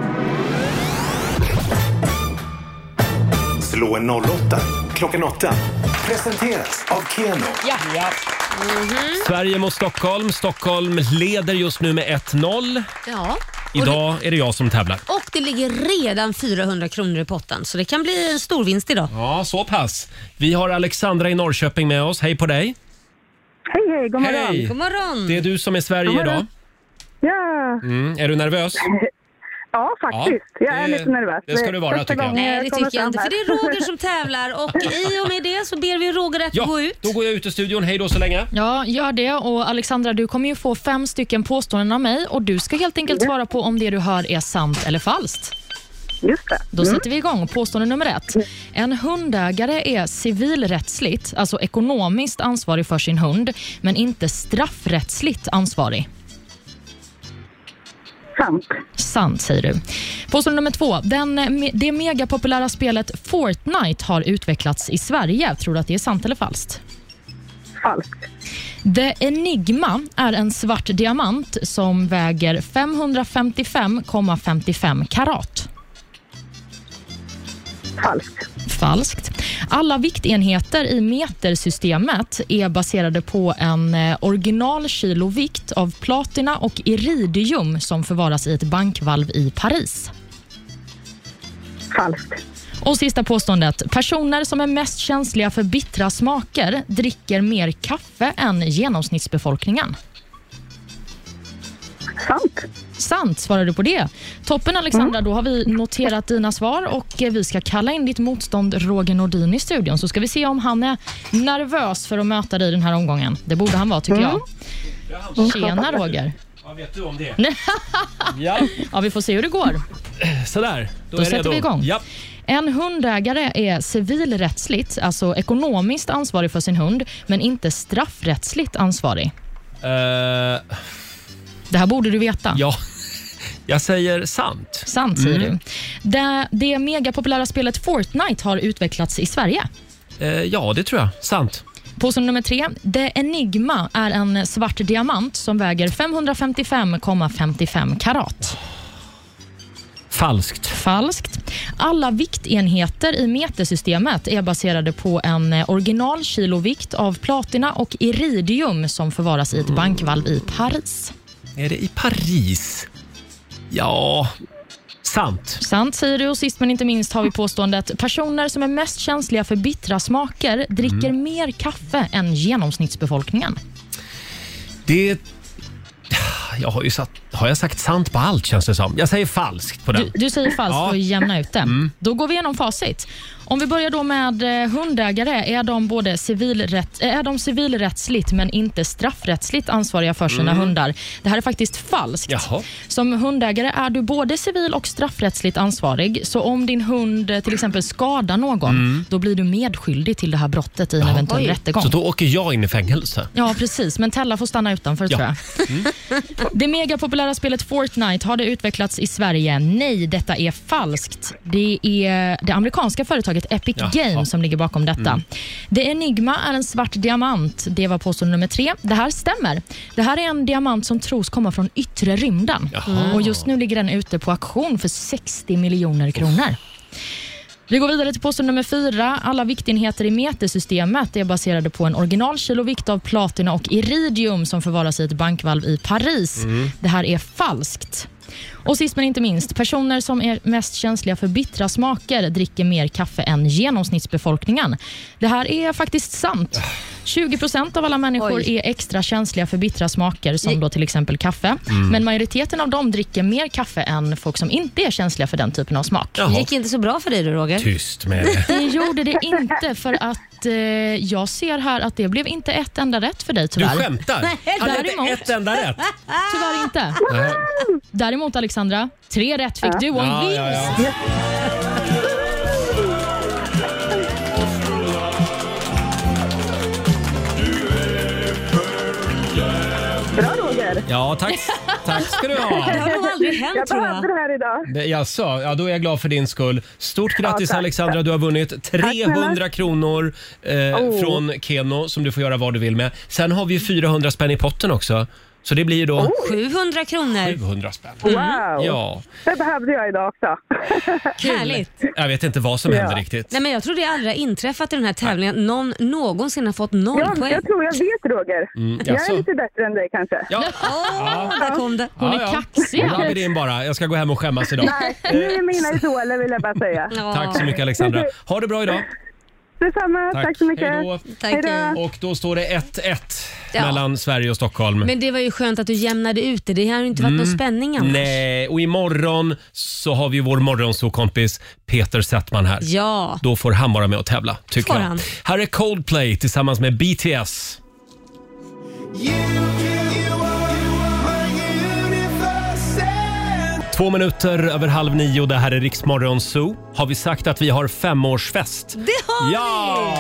Slå en 08 klockan 8. Presenteras av Keno. Ja. Sverige mot Stockholm. Stockholm leder just nu med 1-0. Ja. Idag är det jag som tävlar. Och det ligger redan 400 kronor i potten, så det kan bli en stor vinst idag. Ja, så pass. Vi har Alexandra i Norrköping med oss. Hej på dig. Hej, god morgon. Hej. God morgon. Det är du som är Sverige idag. Ja. Är du nervös? Ja, faktiskt. Jag är lite nervös. Det ska du vara, tycker jag. Nej, det tycker jag inte. För det är Roger som tävlar och i och med det så ber vi Roger att gå ut. Då går jag ut i studion. Hej då så länge. Ja, gör det. Och Alexandra, du kommer ju få 5 stycken påståenden av mig och du ska helt enkelt svara på om det du hör är sant eller falskt. Just det. Då sätter vi igång. Påstående nummer 1. En hundägare är civilrättsligt, alltså ekonomiskt ansvarig för sin hund, men inte straffrättsligt ansvarig. Sant. Sant, säger du. Påstående nummer 2. Det megapopulära spelet Fortnite har utvecklats i Sverige. Tror du att det är sant eller falskt? Falskt. The Enigma är en svart diamant som väger 555,55 karat. Falskt. Falskt. Alla viktenheter i metersystemet är baserade på en originalkilovikt av platina och iridium som förvaras i ett bankvalv i Paris. Falskt. Och sista påståendet. Personer som är mest känsliga för bittra smaker dricker mer kaffe än genomsnittsbefolkningen. Sant svarar du på det. Toppen Alexandra, då har vi noterat dina svar och vi ska kalla in ditt motstånd Roger Nordin i studion. Så ska vi se om han är nervös för att möta dig den här omgången. Det borde han vara tycker jag. Tjena Roger. Vad vet du om det? Ja, vi får se hur det går. Sådär, då sätter vi igång. Ja. En hundägare är civilrättsligt, alltså ekonomiskt ansvarig för sin hund, men inte straffrättsligt ansvarig. Det här borde du veta. Ja, jag säger sant. Sant säger du. Det megapopulära spelet Fortnite har utvecklats i Sverige. Ja, det tror jag. Sant. Påstående nummer 3. The Enigma är en svart diamant som väger 555,55 karat. Falskt. Alla viktenheter i metersystemet är baserade på en originalkilovikt av platina och iridium som förvaras i ett bankvalv i Paris. Är det i Paris? Ja, sant. Sant säger du, och sist men inte minst har vi påståendet. Personer som är mest känsliga för bittra smaker dricker mer kaffe än genomsnittsbefolkningen. Har jag sagt sant på allt känns det som? Jag säger falskt på den. Du säger falskt för att jämna ut det. Då går vi igenom facit. Om vi börjar då med hundägare, är de civilrättsligt men inte straffrättsligt ansvariga för sina hundar. Det här är faktiskt falskt. Jaha. Som hundägare är du både civil- och straffrättsligt ansvarig. Så om din hund till exempel skadar någon, då blir du medskyldig till det här brottet i en eventuell rättegång. Så då åker jag in i fängelse? Ja, precis. Men Tella får stanna utanför tror jag. Det megapopulära spelet Fortnite, har det utvecklats i Sverige? Nej, detta är falskt. Det är det amerikanska företaget Epic Games som ligger bakom detta. The Enigma är en svart diamant. Det var påstående nummer 3. Det här stämmer. Det här är en diamant som tros komma från yttre rymden. Och just nu ligger den ute på auktion för 60 miljoner kronor. Vi går vidare till påstående nummer 4. Alla viktenheter i metersystemet är baserade på en originalkilovikt av platina och iridium som förvaras i ett bankvalv i Paris. Det här är falskt. Och sist men inte minst, personer som är mest känsliga för bittra smaker dricker mer kaffe än genomsnittsbefolkningen. Det här är faktiskt sant. 20% av alla människor är extra känsliga för bittra smaker som då till exempel kaffe. Men majoriteten av dem dricker mer kaffe än folk som inte är känsliga för den typen av smak. Det gick inte så bra för dig då, Roger? Tyst med det. Det gjorde det inte, för att jag ser här att det blev inte ett enda rätt för dig tyvärr. Du skämtar? Däremot, ett enda rätt? Tyvärr inte. Däremot Alexandra, 3 rätt fick du och en vinst. Bra Roger. Ja, tack ska du ha. Det har nog aldrig hänt tror jag. Jag behövde det här idag. Ja, då är jag glad för din skull. Stort grattis Alexandra, du har vunnit 300 kronor från Keno som du får göra vad du vill med. Sen har vi 400 spänn i potten också. Så det blir då 700 kronor. 700 spänn. Wow. Ja. Det behövde jag idag också. Härligt. Jag vet inte vad som händer riktigt. Nej, men jag tror det aldrig har inträffat i den här tävlingen. Någon någonsin har fått 0 poäng. Jag tror jag vet Roger. Jag är lite bättre än dig kanske. Ja. Där kom det. Hon är kaxig. Då har vi det in bara. Jag ska gå hem och skämmas idag. Nej, ni är mina idoler vill jag bara säga. Tack så mycket Alexandra. Ha det bra idag. Detsamma, tack så mycket. Hej då. Och då står det 1-1 mellan Sverige och Stockholm. Men det var ju skönt att du jämnade ut det. Det har ju inte varit någon spänning annars. Nej, och imorgon så har vi vår morgonsokompis Peter Settman här. Ja. Då får han vara med och tävla, tycker jag. Här är Coldplay tillsammans med BTS. 2 minuter över 8:30, det här är Riksmorgon Zoo. Har vi sagt att vi har 5-årsfest? Det har vi! Ja!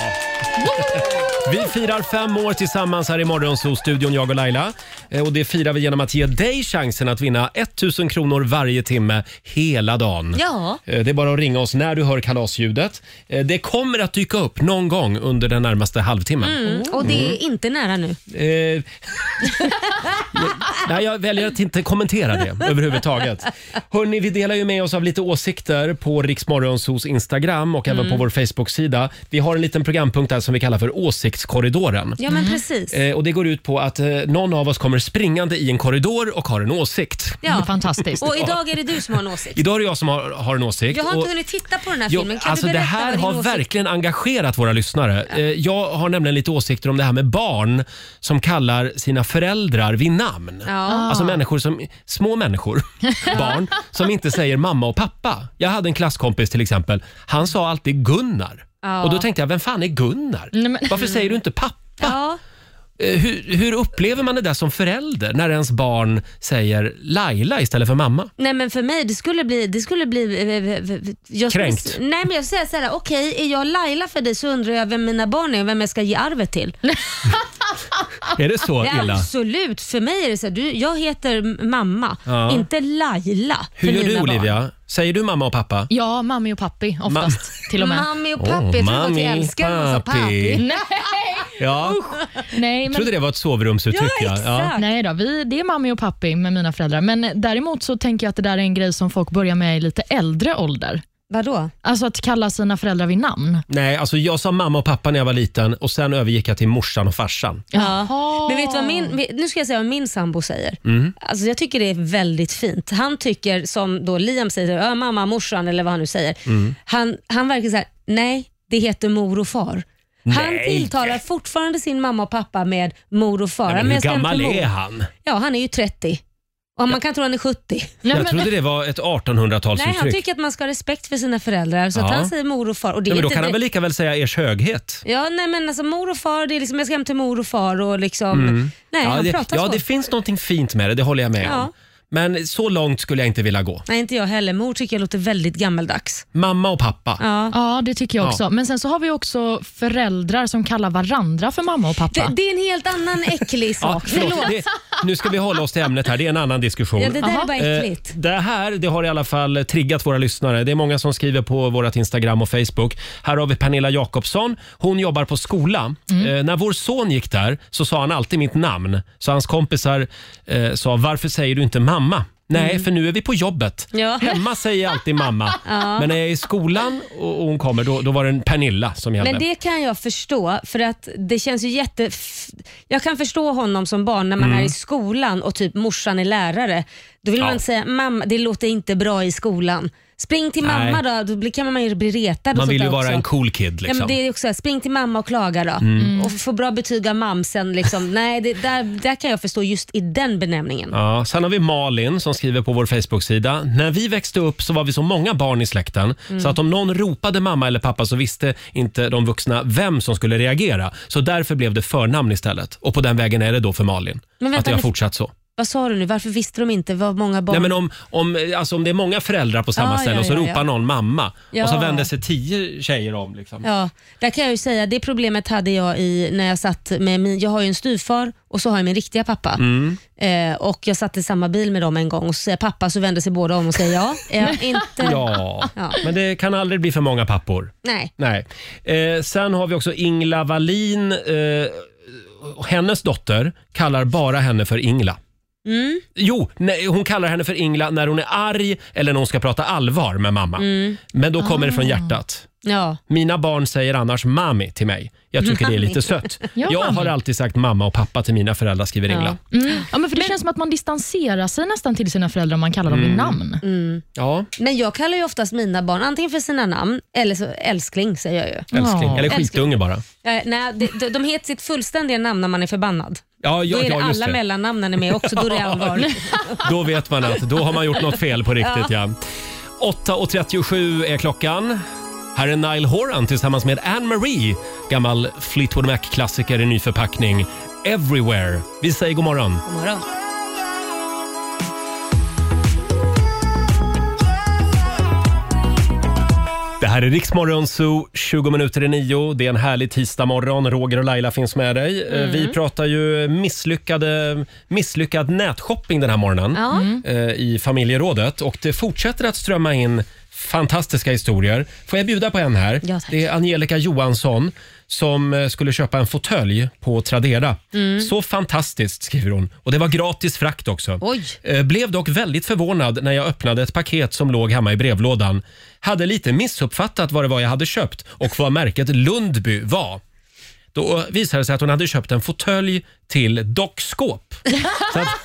Vi firar 5 år tillsammans här i Morgonzoo-studion, jag och Laila. Och det firar vi genom att ge dig chansen att vinna 1000 kronor varje timme hela dagen. Ja. Det är bara att ringa oss när du hör kalasljudet. Det kommer att dyka upp någon gång under den närmaste halvtimmen. Och det är inte nära nu. Nej, jag väljer att inte kommentera det överhuvudtaget. Hörrni, vi delar ju med oss av lite åsikter på Rix Morgonzos Instagram och även på vår Facebook-sida. Vi har en liten programpunkt där som vi kallar för åsiktskorridoren. Ja, men precis. Och det går ut på att någon av oss kommer springande i en korridor och har en åsikt. Ja. Fantastiskt. Och idag är det du som har en åsikt. Idag är det jag som har en åsikt. Jag har inte hunnit titta på den här filmen. Kan alltså du det berätta här vad har din åsikt? verkligen engagerat våra lyssnare. Jag har nämligen lite åsikter om det här med barn som kallar sina föräldrar vid namn. Ja. Alltså små människor, barn som inte säger mamma och pappa. Jag hade en klasskompis till exempel. Han sa alltid Gunnar. Ja. Och då tänkte jag, vem fan är Gunnar? Varför säger du inte pappa? Ja. Hur upplever man det där som förälder när ens barn säger Laila istället för mamma? Nej, men för mig det skulle bli kränkt. Nej, men jag säger så här: okej, är jag Laila för dig så undrar jag vem mina barn är och vem jag ska ge arvet till. Är det så illa? Absolut, för mig är det så här, jag heter mamma, inte Laila. Hur gör du, Olivia? Barn. Säger du mamma och pappa? Ja, mammi och pappi oftast till och med. Mammi och pappi, jag tror att jag älskar pappi. Nej. Ja. Nej, men... Jag trodde det var ett sovrumsuttryck. Ja, exakt. Nej då, det är mammi och pappi med mina föräldrar. Men däremot så tänker jag att det där är en grej som folk börjar med i lite äldre ålder. Vadå? Alltså att kalla sina föräldrar vid namn. Nej, alltså jag sa mamma och pappa när jag var liten och sen övergick jag till morsan och farsan. Ja. Men vet du vad nu ska jag säga vad min sambo säger. Alltså jag tycker det är väldigt fint. Han tycker, som då Liam säger, mamma, morsan eller vad han nu säger. Han verkar så här: nej, det heter mor och far. Han tilltalar fortfarande sin mamma och pappa med mor och far. Men hur gammal är han? Ja, han är ju 30. Och man kan tro han är 70. Jag trodde det var ett 1800-talsuttryck. Nej, han tycker att man ska ha respekt för sina föräldrar. Så att han säger mor och far. Och det men då kan han väl lika väl säga ers höghet? Ja, nej men alltså mor och far, det är liksom, jag ska hem till mor och far och liksom... Nej, han pratar så. Ja, det finns någonting fint med det håller jag med om. Men så långt skulle jag inte vilja gå. Nej, inte jag heller. Mor tycker jag låter väldigt gammaldags. Mamma och pappa. Ja, det tycker jag också. Ja. Men sen så har vi också föräldrar som kallar varandra för mamma och pappa. Det är en helt annan äcklig sak. Nu ska vi hålla oss till ämnet här. Det är en annan diskussion. Ja, det där är bara äckligt. Det har i alla fall triggat våra lyssnare. Det är många som skriver på vårt Instagram och Facebook. Här har vi Pernilla Jakobsson. Hon jobbar på skola. När vår son gick där så sa han alltid mitt namn. Så hans kompisar sa, varför säger du inte mamma? Nej, för nu är vi på jobbet. Ja. Hemma säger jag alltid mamma. Men när jag är i skolan och hon kommer, då var det en Pernilla som gällde. Men det kan jag förstå, för att det känns ju jag kan förstå honom som barn när man är i skolan och typ morsan är lärare. Då vill man säga, mamma, det låter inte bra i skolan. Spring till mamma då kan man ju bli retad. Man vill ju vara också. En cool kid liksom. Ja, men det är också, spring till mamma och klaga då. Och få bra betyg av mamsen liksom. Nej, där kan jag förstå just i den benämningen. Ja, sen har vi Malin som skriver på vår Facebook-sida. När vi växte upp så var vi så många barn i släkten så att om någon ropade mamma eller pappa så visste inte de vuxna vem som skulle reagera. Så därför blev det förnamn istället. Och på den vägen är det då för Malin. Att det har fortsatt så. Vad sa du nu? Varför visste de inte vad många barn... Nej, men om det är många föräldrar på samma ställe och så ropar någon mamma och så vänder sig 10 tjejer om. Liksom. Ja, där kan jag ju säga, det problemet hade jag när jag satt med jag har ju en styvfar och så har jag min riktiga pappa. Och jag satt i samma bil med dem en gång och så säger pappa, så vänder sig båda om och säger inte... Ja, men det kan aldrig bli för många pappor. Nej. Sen har vi också Ingla Wallin. Hennes dotter kallar bara henne för Ingla. Jo, nej, hon kallar henne för Ingla när hon är arg eller när hon ska prata allvar med mamma. Men då kommer det från hjärtat. Ja. Mina barn säger annars mami till mig. Jag tycker det är lite sött. Jag har alltid sagt mamma och pappa till mina föräldrar, skriver Ingla. Ja, men för det känns som att man distanserar sig nästan till sina föräldrar om man kallar dem vid namn. Ja. Men jag kallar ju oftast mina barn antingen för sina namn eller så älskling säger jag ju. Älskling, eller skitunge bara. Nej, de heter sitt fullständiga namn när man är förbannad. Då är det alla mellannamnen är med också, då är det allvarligt. Då vet man att då har man gjort något fel på riktigt. 8:37 är klockan. Här är Niall Horan tillsammans med Anne-Marie. Gammal Fleetwood Mac-klassiker i ny förpackning. Everywhere. Vi säger god morgon. God morgon. Det här är Rix Morgonzoo, 20:09. Det är en härlig tisdagmorgon. Roger och Laila finns med dig. Vi pratar ju misslyckad nätshopping den här morgonen i familjerådet. Och det fortsätter att strömma in fantastiska historier. Får jag bjuda på en här? Ja, tack. Det är Angelica Johansson som skulle köpa en fåtölj på Tradera. Så fantastiskt, skriver hon. Och det var gratis frakt också. Oj. Blev dock väldigt förvånad när jag öppnade ett paket som låg hemma i brevlådan. Hade lite missuppfattat vad det var jag hade köpt och vad märket Lundby var. Då visade det sig att hon hade köpt en fåtölj till dockskåp. Så att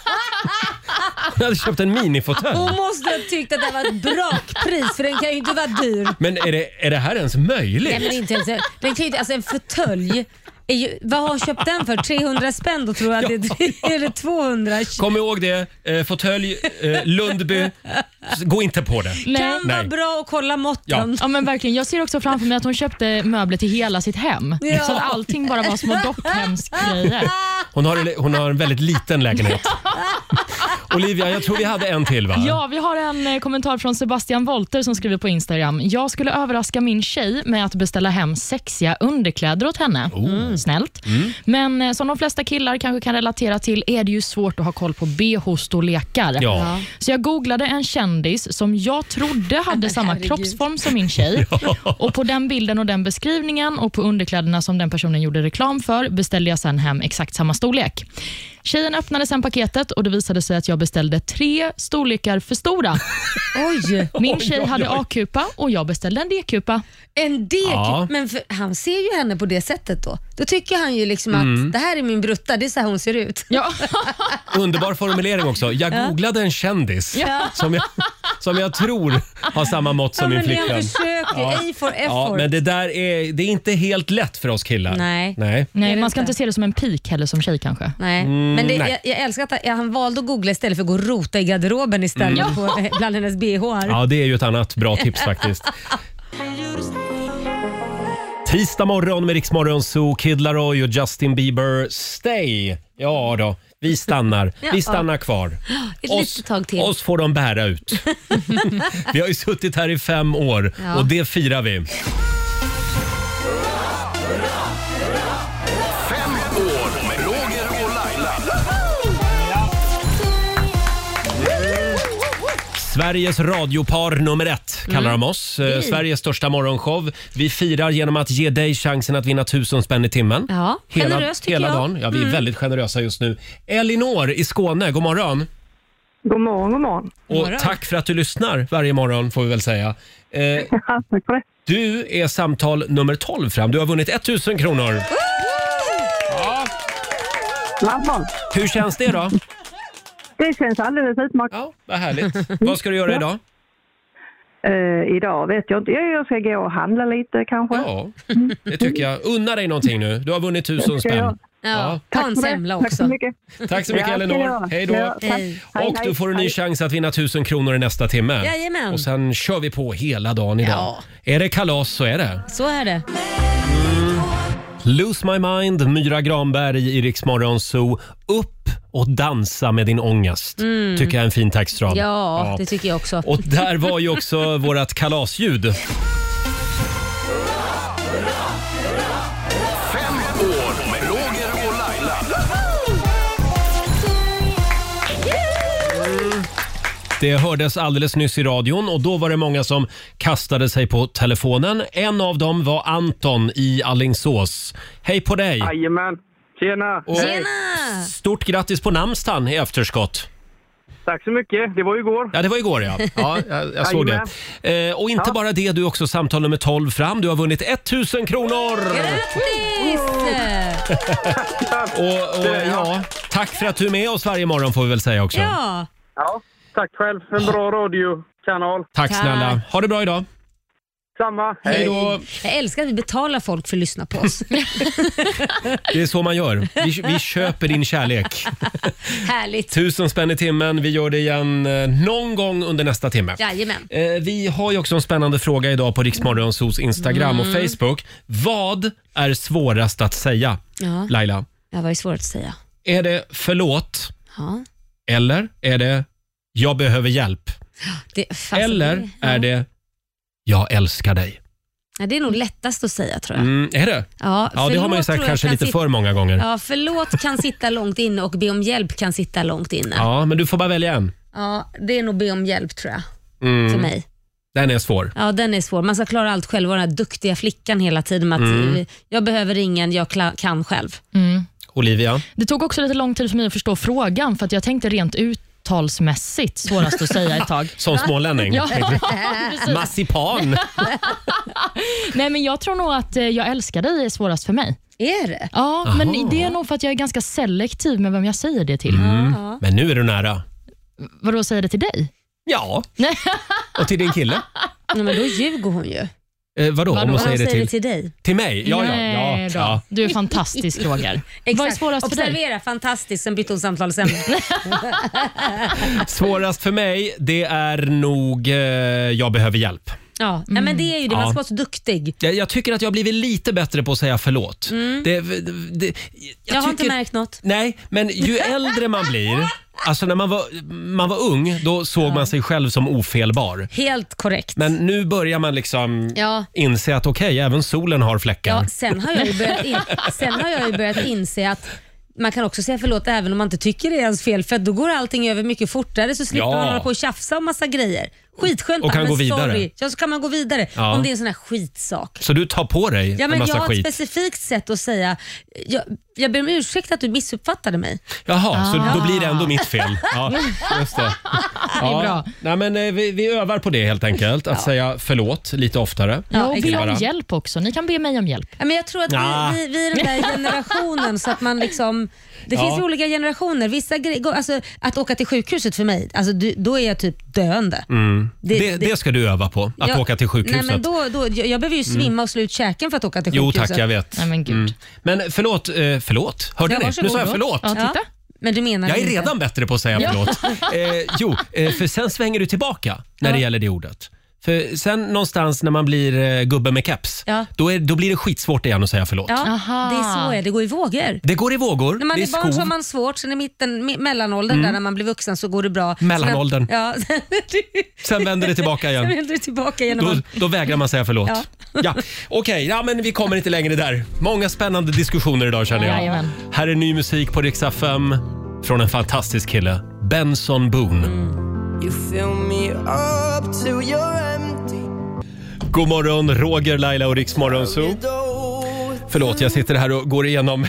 hon hade köpt en minifåtölj. Hon måste ha tyckt att det var ett brakpris, för den kan ju inte vara dyr. Men är det här ens möjligt? Nej, men inte ens. Den kan ju inte, alltså en fåtölj. Vad har hon köpt den för? 300 spänn då, tror jag. Ja. Eller 200. Kom ihåg det. Fåtölj, Lundby. Gå inte på det. Kan vara bra att kolla måtten. Ja, men verkligen. Jag ser också framför mig att hon köpte möbler till hela sitt hem. Ja. Så att allting bara var små dockhemsgrejer. Hon har en väldigt liten lägenhet. Olivia, jag tror vi hade en till, va? Ja, vi har en kommentar från Sebastian Wolter som skriver på Instagram. Jag skulle överraska min tjej med att beställa hem sexiga underkläder åt henne. Snällt. Men som de flesta killar kanske kan relatera till är det ju svårt att ha koll på BH-storlekar. Ja. Så jag googlade en kändis som jag trodde hade samma kroppsform som min tjej. Och på den bilden och den beskrivningen och på underkläderna som den personen gjorde reklam för beställde jag sen hem exakt samma storlek. Tjejen öppnade sen paketet och det visade sig att jag beställde 3 storlekar för stora. Oj. Min tjej hade A-kupa och jag beställde en D-kupa. En D-kupa? Ja. Men han ser ju henne på det sättet då. Då tycker han ju liksom att det här är min brutta, det är så här hon ser ut. Ja. Underbar formulering också. Jag googlade en kändis som jag tror har samma mått som min flickvän. Jag försöker, A for effort. Ja, men det är inte helt lätt för oss killar. Nej, man ska inte se det som en pik heller som tjej kanske. Nej. Men jag älskar att han valde att googla istället för att gå och rota i garderoben istället bland hennes BH:ar. Ja, det är ju ett annat bra tips faktiskt. Tisdag morgon med Rix Morgon Zoo, Kid Laroi och Justin Bieber. Stay. Ja då, vi stannar. Vi stannar kvar. Ett litet tag till. Oss får de bära ut. Vi har ju suttit här i 5 år och det firar vi. 5 år med Roger och Laila. Sveriges radiopar nummer 1 kallar de oss. Sveriges största morgonshow. Vi firar genom att ge dig chansen att vinna 1000 spänn i timmen. Ja, generöst tycker hela jag. dagen. Ja, vi är väldigt generösa just nu. Elinor i Skåne, god morgon. God morgon, god morgon. Och tack för att du lyssnar varje morgon, får vi väl säga. Tack för det. Du är samtal nummer 12 fram. Du har vunnit 1000 kronor. Ja. Hur känns det då? Det känns alldeles utmärkt. Ja, vad härligt. Vad ska du göra idag? Idag vet jag inte. Jag ska gå och handla lite kanske. Ja, det tycker jag. Unna dig någonting nu. Du har vunnit 1000 spänn. Ja, ta en semla också. Tack så mycket. Tack så mycket, Elinor. Hej då. Ja, och du får en ny chans att vinna 1000 kronor i nästa timme. Jajamän. Och sen kör vi på hela dagen idag. Ja. Är det kalas så är det. Så är det. Lose My Mind, Myra Granberg i Rix Morgon Zoo. Upp och dansa med din ångest. Tycker jag är en fin textrad. Ja, det tycker jag också. Och där var ju också vårat kalasljud. 5 år med Roger och Laila. Det hördes alldeles nyss i radion och då var det många som kastade sig på telefonen. En av dem var Anton i Alingsås. Hej på dig! Jajamän, tjena! Tjena! Stort grattis på namnsdagen i efterskott. Tack så mycket, det var ju igår. Ja, det var igår ja. Jag såg det. Och inte bara det, du är också samtal nummer 12 fram. Du har vunnit 1000 kronor! Grattis! och tack för att du är med oss varje morgon får vi väl säga också. Ja, tack själv för en bra radiokanal. Tack snälla. Ha det bra idag. Samma. Hej då. Jag älskar att vi betalar folk för att lyssna på oss. Det är så man gör. Vi köper din kärlek. Härligt. 1000 spänn i timmen. Vi gör det igen någon gång under nästa timme. Jajamän. Vi har ju också en spännande fråga idag på Rix Morgon Zoos Instagram och Facebook. Vad är svårast att säga, Laila? Ja, vad är svårt att säga? Är det förlåt? Ja. Eller är det jag behöver hjälp? Eller är det jag älskar dig? Ja, det är nog lättast att säga tror jag. Är det? Ja, det har man ju sagt kanske lite för många gånger. Ja, förlåt kan sitta långt inne och be om hjälp kan sitta långt inne. Ja, men du får bara välja en. Ja, det är nog be om hjälp tror jag. För mig. Den är svår. Ja, den är svår. Man ska klara allt själv och den här duktiga flickan hela tiden med att jag behöver ingen, jag kan själv. Olivia? Det tog också lite lång tid för mig att förstå frågan, för att jag tänkte rent uttalsmässigt svårast att säga ett tag. Som smålänning? Ja, Massipan. Nej, men jag tror nog att jag älskar dig är svårast för mig. Är det? Ja, men det är nog för att jag är ganska selektiv med vem jag säger det till. Men nu är du nära. Vadå, säger det till dig? Ja. Och till din kille? Nej, men då ljuger hon ju. Vadå? Om hon säger det till dig? Till mig? Ja. Du är fantastisk, Roger. Vad är svårast för dig? Observera, fantastiskt, sen bytte hon samtalsämne. Svårast för mig, det är nog jag behöver hjälp. Ja, men det är ju det. Man ska vara så duktig. Jag tycker att jag har blivit lite bättre på att säga förlåt. Jag har inte märkt något. Nej, men ju äldre man blir, alltså när man var ung, då såg man sig själv som ofelbar. Helt korrekt. Men nu börjar man liksom inse att okej, även solen har fläckar. Ja, sen har jag ju börjat inse att man kan också säga förlåt även om man inte tycker det är ens fel, för då går allting över mycket fortare, så slipper man hålla på och tjafsa om massa grejer. Skitskönt. Och kan gå vidare. Sorry. Ja, så kan man gå vidare om det är en sån här skitsak. Så du tar på dig en massa skit? Jag har ett specifikt sätt att säga jag ber om ursäkt att du missuppfattade mig. Jaha, så då blir det ändå mitt fel. Ja, just det. Det är bra. Nej, men vi övar på det helt enkelt. Att säga förlåt lite oftare. Ja, och be om hjälp också. Ni kan be mig om hjälp. Ja, men jag tror att vi är den där generationen så att man liksom... Det finns ju olika generationer. Vissa grejer, alltså, att åka till sjukhuset för mig, alltså, då är jag typ döende. Det ska du öva på, att åka till sjukhuset. Nej, men jag behöver ju svimma och slå ut käken för att åka till sjukhuset. Jo tack, jag vet. Nej, men gud. Men förlåt. Hörde ni? Nu sa jag förlåt. Ja, titta. Men du menar jag är inte. redan bättre på att säga förlåt. För sen svänger du tillbaka när det gäller det ordet. För sen någonstans när man blir gubbe med keps, då blir det skitsvårt igen att säga förlåt. Ja, det är så det går i vågor. Det går i vågor. När man är barn så har man svårt, sen i mellanåldern där när man blir vuxen så går det bra. Mellanåldern. Ja. Sen vänder det tillbaka igen. Då vägrar man säga förlåt. Ja. Okej, men vi kommer inte längre där. Många spännande diskussioner idag känner jag. Jajamän. Här är ny musik på Rix FM från en fantastisk kille, Benson Boone. You fill me up till you're empty. God morgon, Roger, Laila och Rix Morgonzoo. Förlåt, jag sitter här och går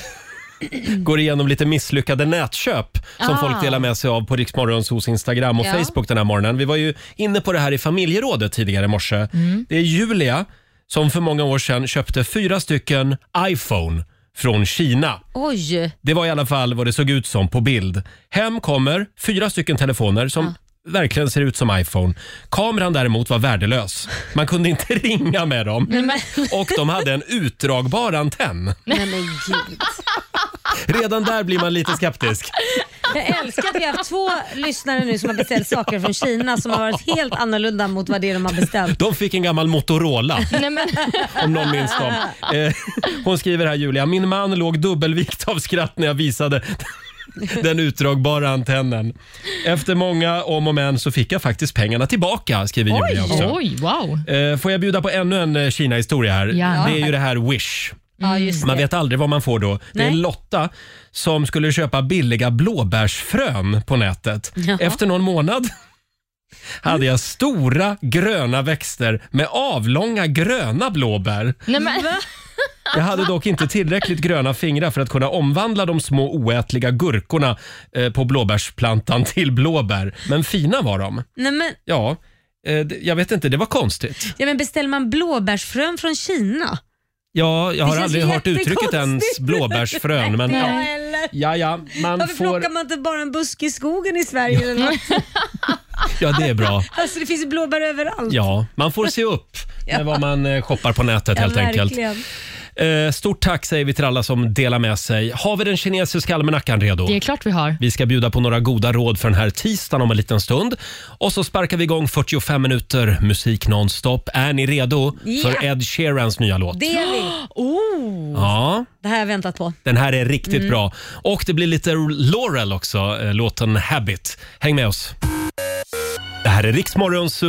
igenom lite misslyckade nätköp som folk delar med sig av på Rix Morgonzoos Instagram och Facebook den här morgonen. Vi var ju inne på det här i familjerådet tidigare i morse. Det är Julia som för många år sedan köpte 4 stycken iPhone från Kina. Oj. Det var i alla fall vad det såg ut som på bild. Hem kommer 4 stycken telefoner som verkligen ser ut som iPhone. Kameran däremot var värdelös. Man kunde inte ringa med dem. Och de hade en utdragbar antenn. Nej men gud. Redan där blir man lite skeptisk. Jag älskar att vi har haft 2 lyssnare nu som har beställt saker från Kina som har varit helt annorlunda mot vad det är de har beställt. De fick en gammal Motorola. Om någon minns dem. Hon skriver här, Julia: min man låg dubbelvikt av skratt när jag visade den utdragbara antennen. Efter många om och men så fick jag faktiskt pengarna tillbaka, skriver Julia också. Oj, wow. Får jag bjuda på ännu en Kina-historia här? Ja. Det är ju det här Wish. Just Man det. vet aldrig vad man får då. Det är Lotta som skulle köpa billiga blåbärsfrön på nätet. Efter någon månad hade jag stora gröna växter med avlånga gröna blåbär. Nej, men... Jag hade dock inte tillräckligt gröna fingrar för att kunna omvandla de små oätliga gurkorna på blåbärsplantan till blåbär. Men fina var de. Nej, men... Ja, jag vet inte, det var konstigt. Ja, men beställer man blåbärsfrön från Kina? Ja, jag har aldrig hört uttrycket ens blåbärsfrön. Men Varför plockar man inte bara en busk i skogen i Sverige eller något? Ja, det är bra. Alltså det finns ju blåbär överallt. Ja, man får se upp med vad man shoppar på nätet helt enkelt. Stort tack säger vi till alla som delar med sig. Har vi den kinesiska almanackan redo? Det är klart vi har. Vi ska bjuda på några goda råd för den här tisdagen om en liten stund. Och så sparkar vi igång 45 minuter musik nonstop. Är ni redo för Ed Sheerans nya låt? Det är vi. Ja. Det här har jag väntat på. Den här är riktigt bra. Och det blir lite Laurel också, låten Habit. Häng med oss. Det här är Rix Morgonzoo.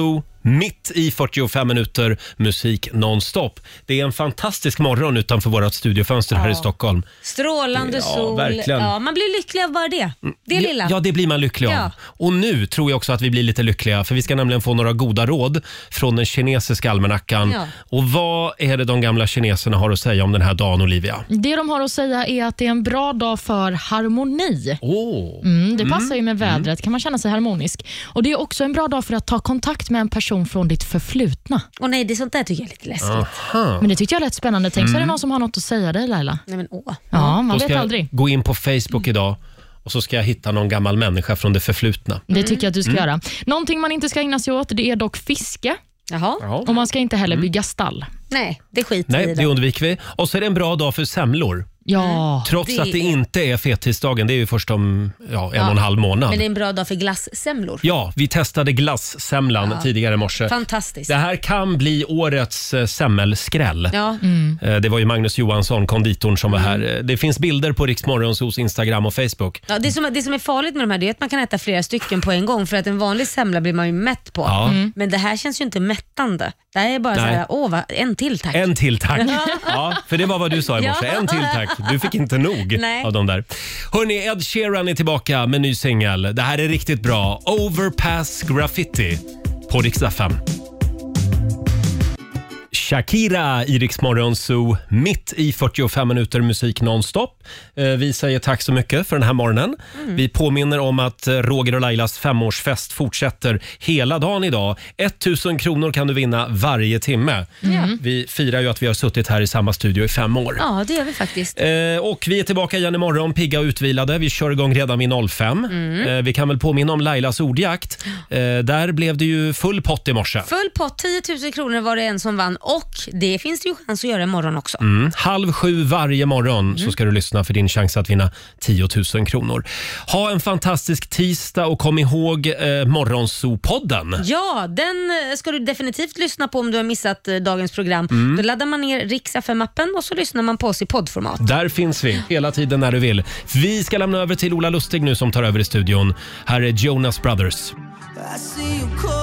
mitt i 45 minuter musik nonstop. Det är en fantastisk morgon utanför vårt studiofönster här i Stockholm. Strålande sol. Verkligen. Ja, man blir lycklig av bara det. Det lilla. Ja, det blir man lycklig av. Och nu tror jag också att vi blir lite lyckliga, för vi ska nämligen få några goda råd från den kinesiska almanackan. Ja. Och vad är det de gamla kineserna har att säga om den här dagen, Olivia? Det de har att säga är att det är en bra dag för harmoni. Det passar ju med vädret, kan man känna sig harmonisk. Och det är också en bra dag för att ta kontakt med en person från ditt förflutna. Och nej, det är sånt där tycker jag är lite läskigt. Aha. Men det tyckte jag är rätt spännande. Tänk så är det någon som har något att säga dig, Laila. Nej, men Ja, man vet aldrig. Gå in på Facebook idag och så ska jag hitta någon gammal människa från det förflutna. Det tycker jag att du ska göra. Någonting man inte ska ägna sig åt, det är dock fiske. Jaha. Och man ska inte heller bygga stall. Nej, det skiter Nej, det undviker vi. Och så är det en bra dag för semlor. Ja. Trots att det inte är fettisdagen, det är ju först om 1,5 månad. Men det är en bra dag för glassemlor. Ja, vi testade glassemlan tidigare i morse. Fantastiskt. Det här kan bli årets semmelskräll. Ja. Det var ju Magnus Johansson, konditorn, som var här. Det finns bilder på Rix Morgonzos Instagram och Facebook. Ja, det som är farligt med de här, det är att man kan äta flera stycken på en gång, för att en vanlig semla blir man ju mätt på. Ja. Men det här känns ju inte mättande. Det här är bara så här, en till tack. En till tack. Ja, för det var vad du sa i morse. En till tack. Du fick inte nog av de där. Hörrni, Ed Sheeran är tillbaka med ny singel. Det här är riktigt bra. Overpass Graffiti på Rix FM. Shakira i Rix Morgonzoo, mitt i 45 minuter musik nonstop. Vi säger tack så mycket för den här morgonen. Vi påminner om att Roger och Lailas 5-årsfest fortsätter hela dagen idag. 1000 kronor kan du vinna varje timme. Vi firar ju att vi har suttit här i samma studio i 5 år. Ja, det gör vi faktiskt. Och vi är tillbaka igen imorgon, pigga och utvilade. Vi kör igång redan vid 05. Vi kan väl påminna om Lailas ordjakt. Där blev det ju full pott i morse. Full pott, 10 000 kronor var det en som vann. Och det finns det ju chans att göra imorgon också. 6:30 varje morgon så ska du lyssna för din chans att vinna 10 000 kronor. Ha en fantastisk tisdag och kom ihåg Morgonzoo-podden. Ja, den ska du definitivt lyssna på om du har missat dagens program. Då laddar man ner Rix FM-appen och så lyssnar man på oss i poddformat. Där finns vi hela tiden när du vill. Vi ska lämna över till Ola Lustig nu som tar över i studion. Här är Jonas Brothers. I see you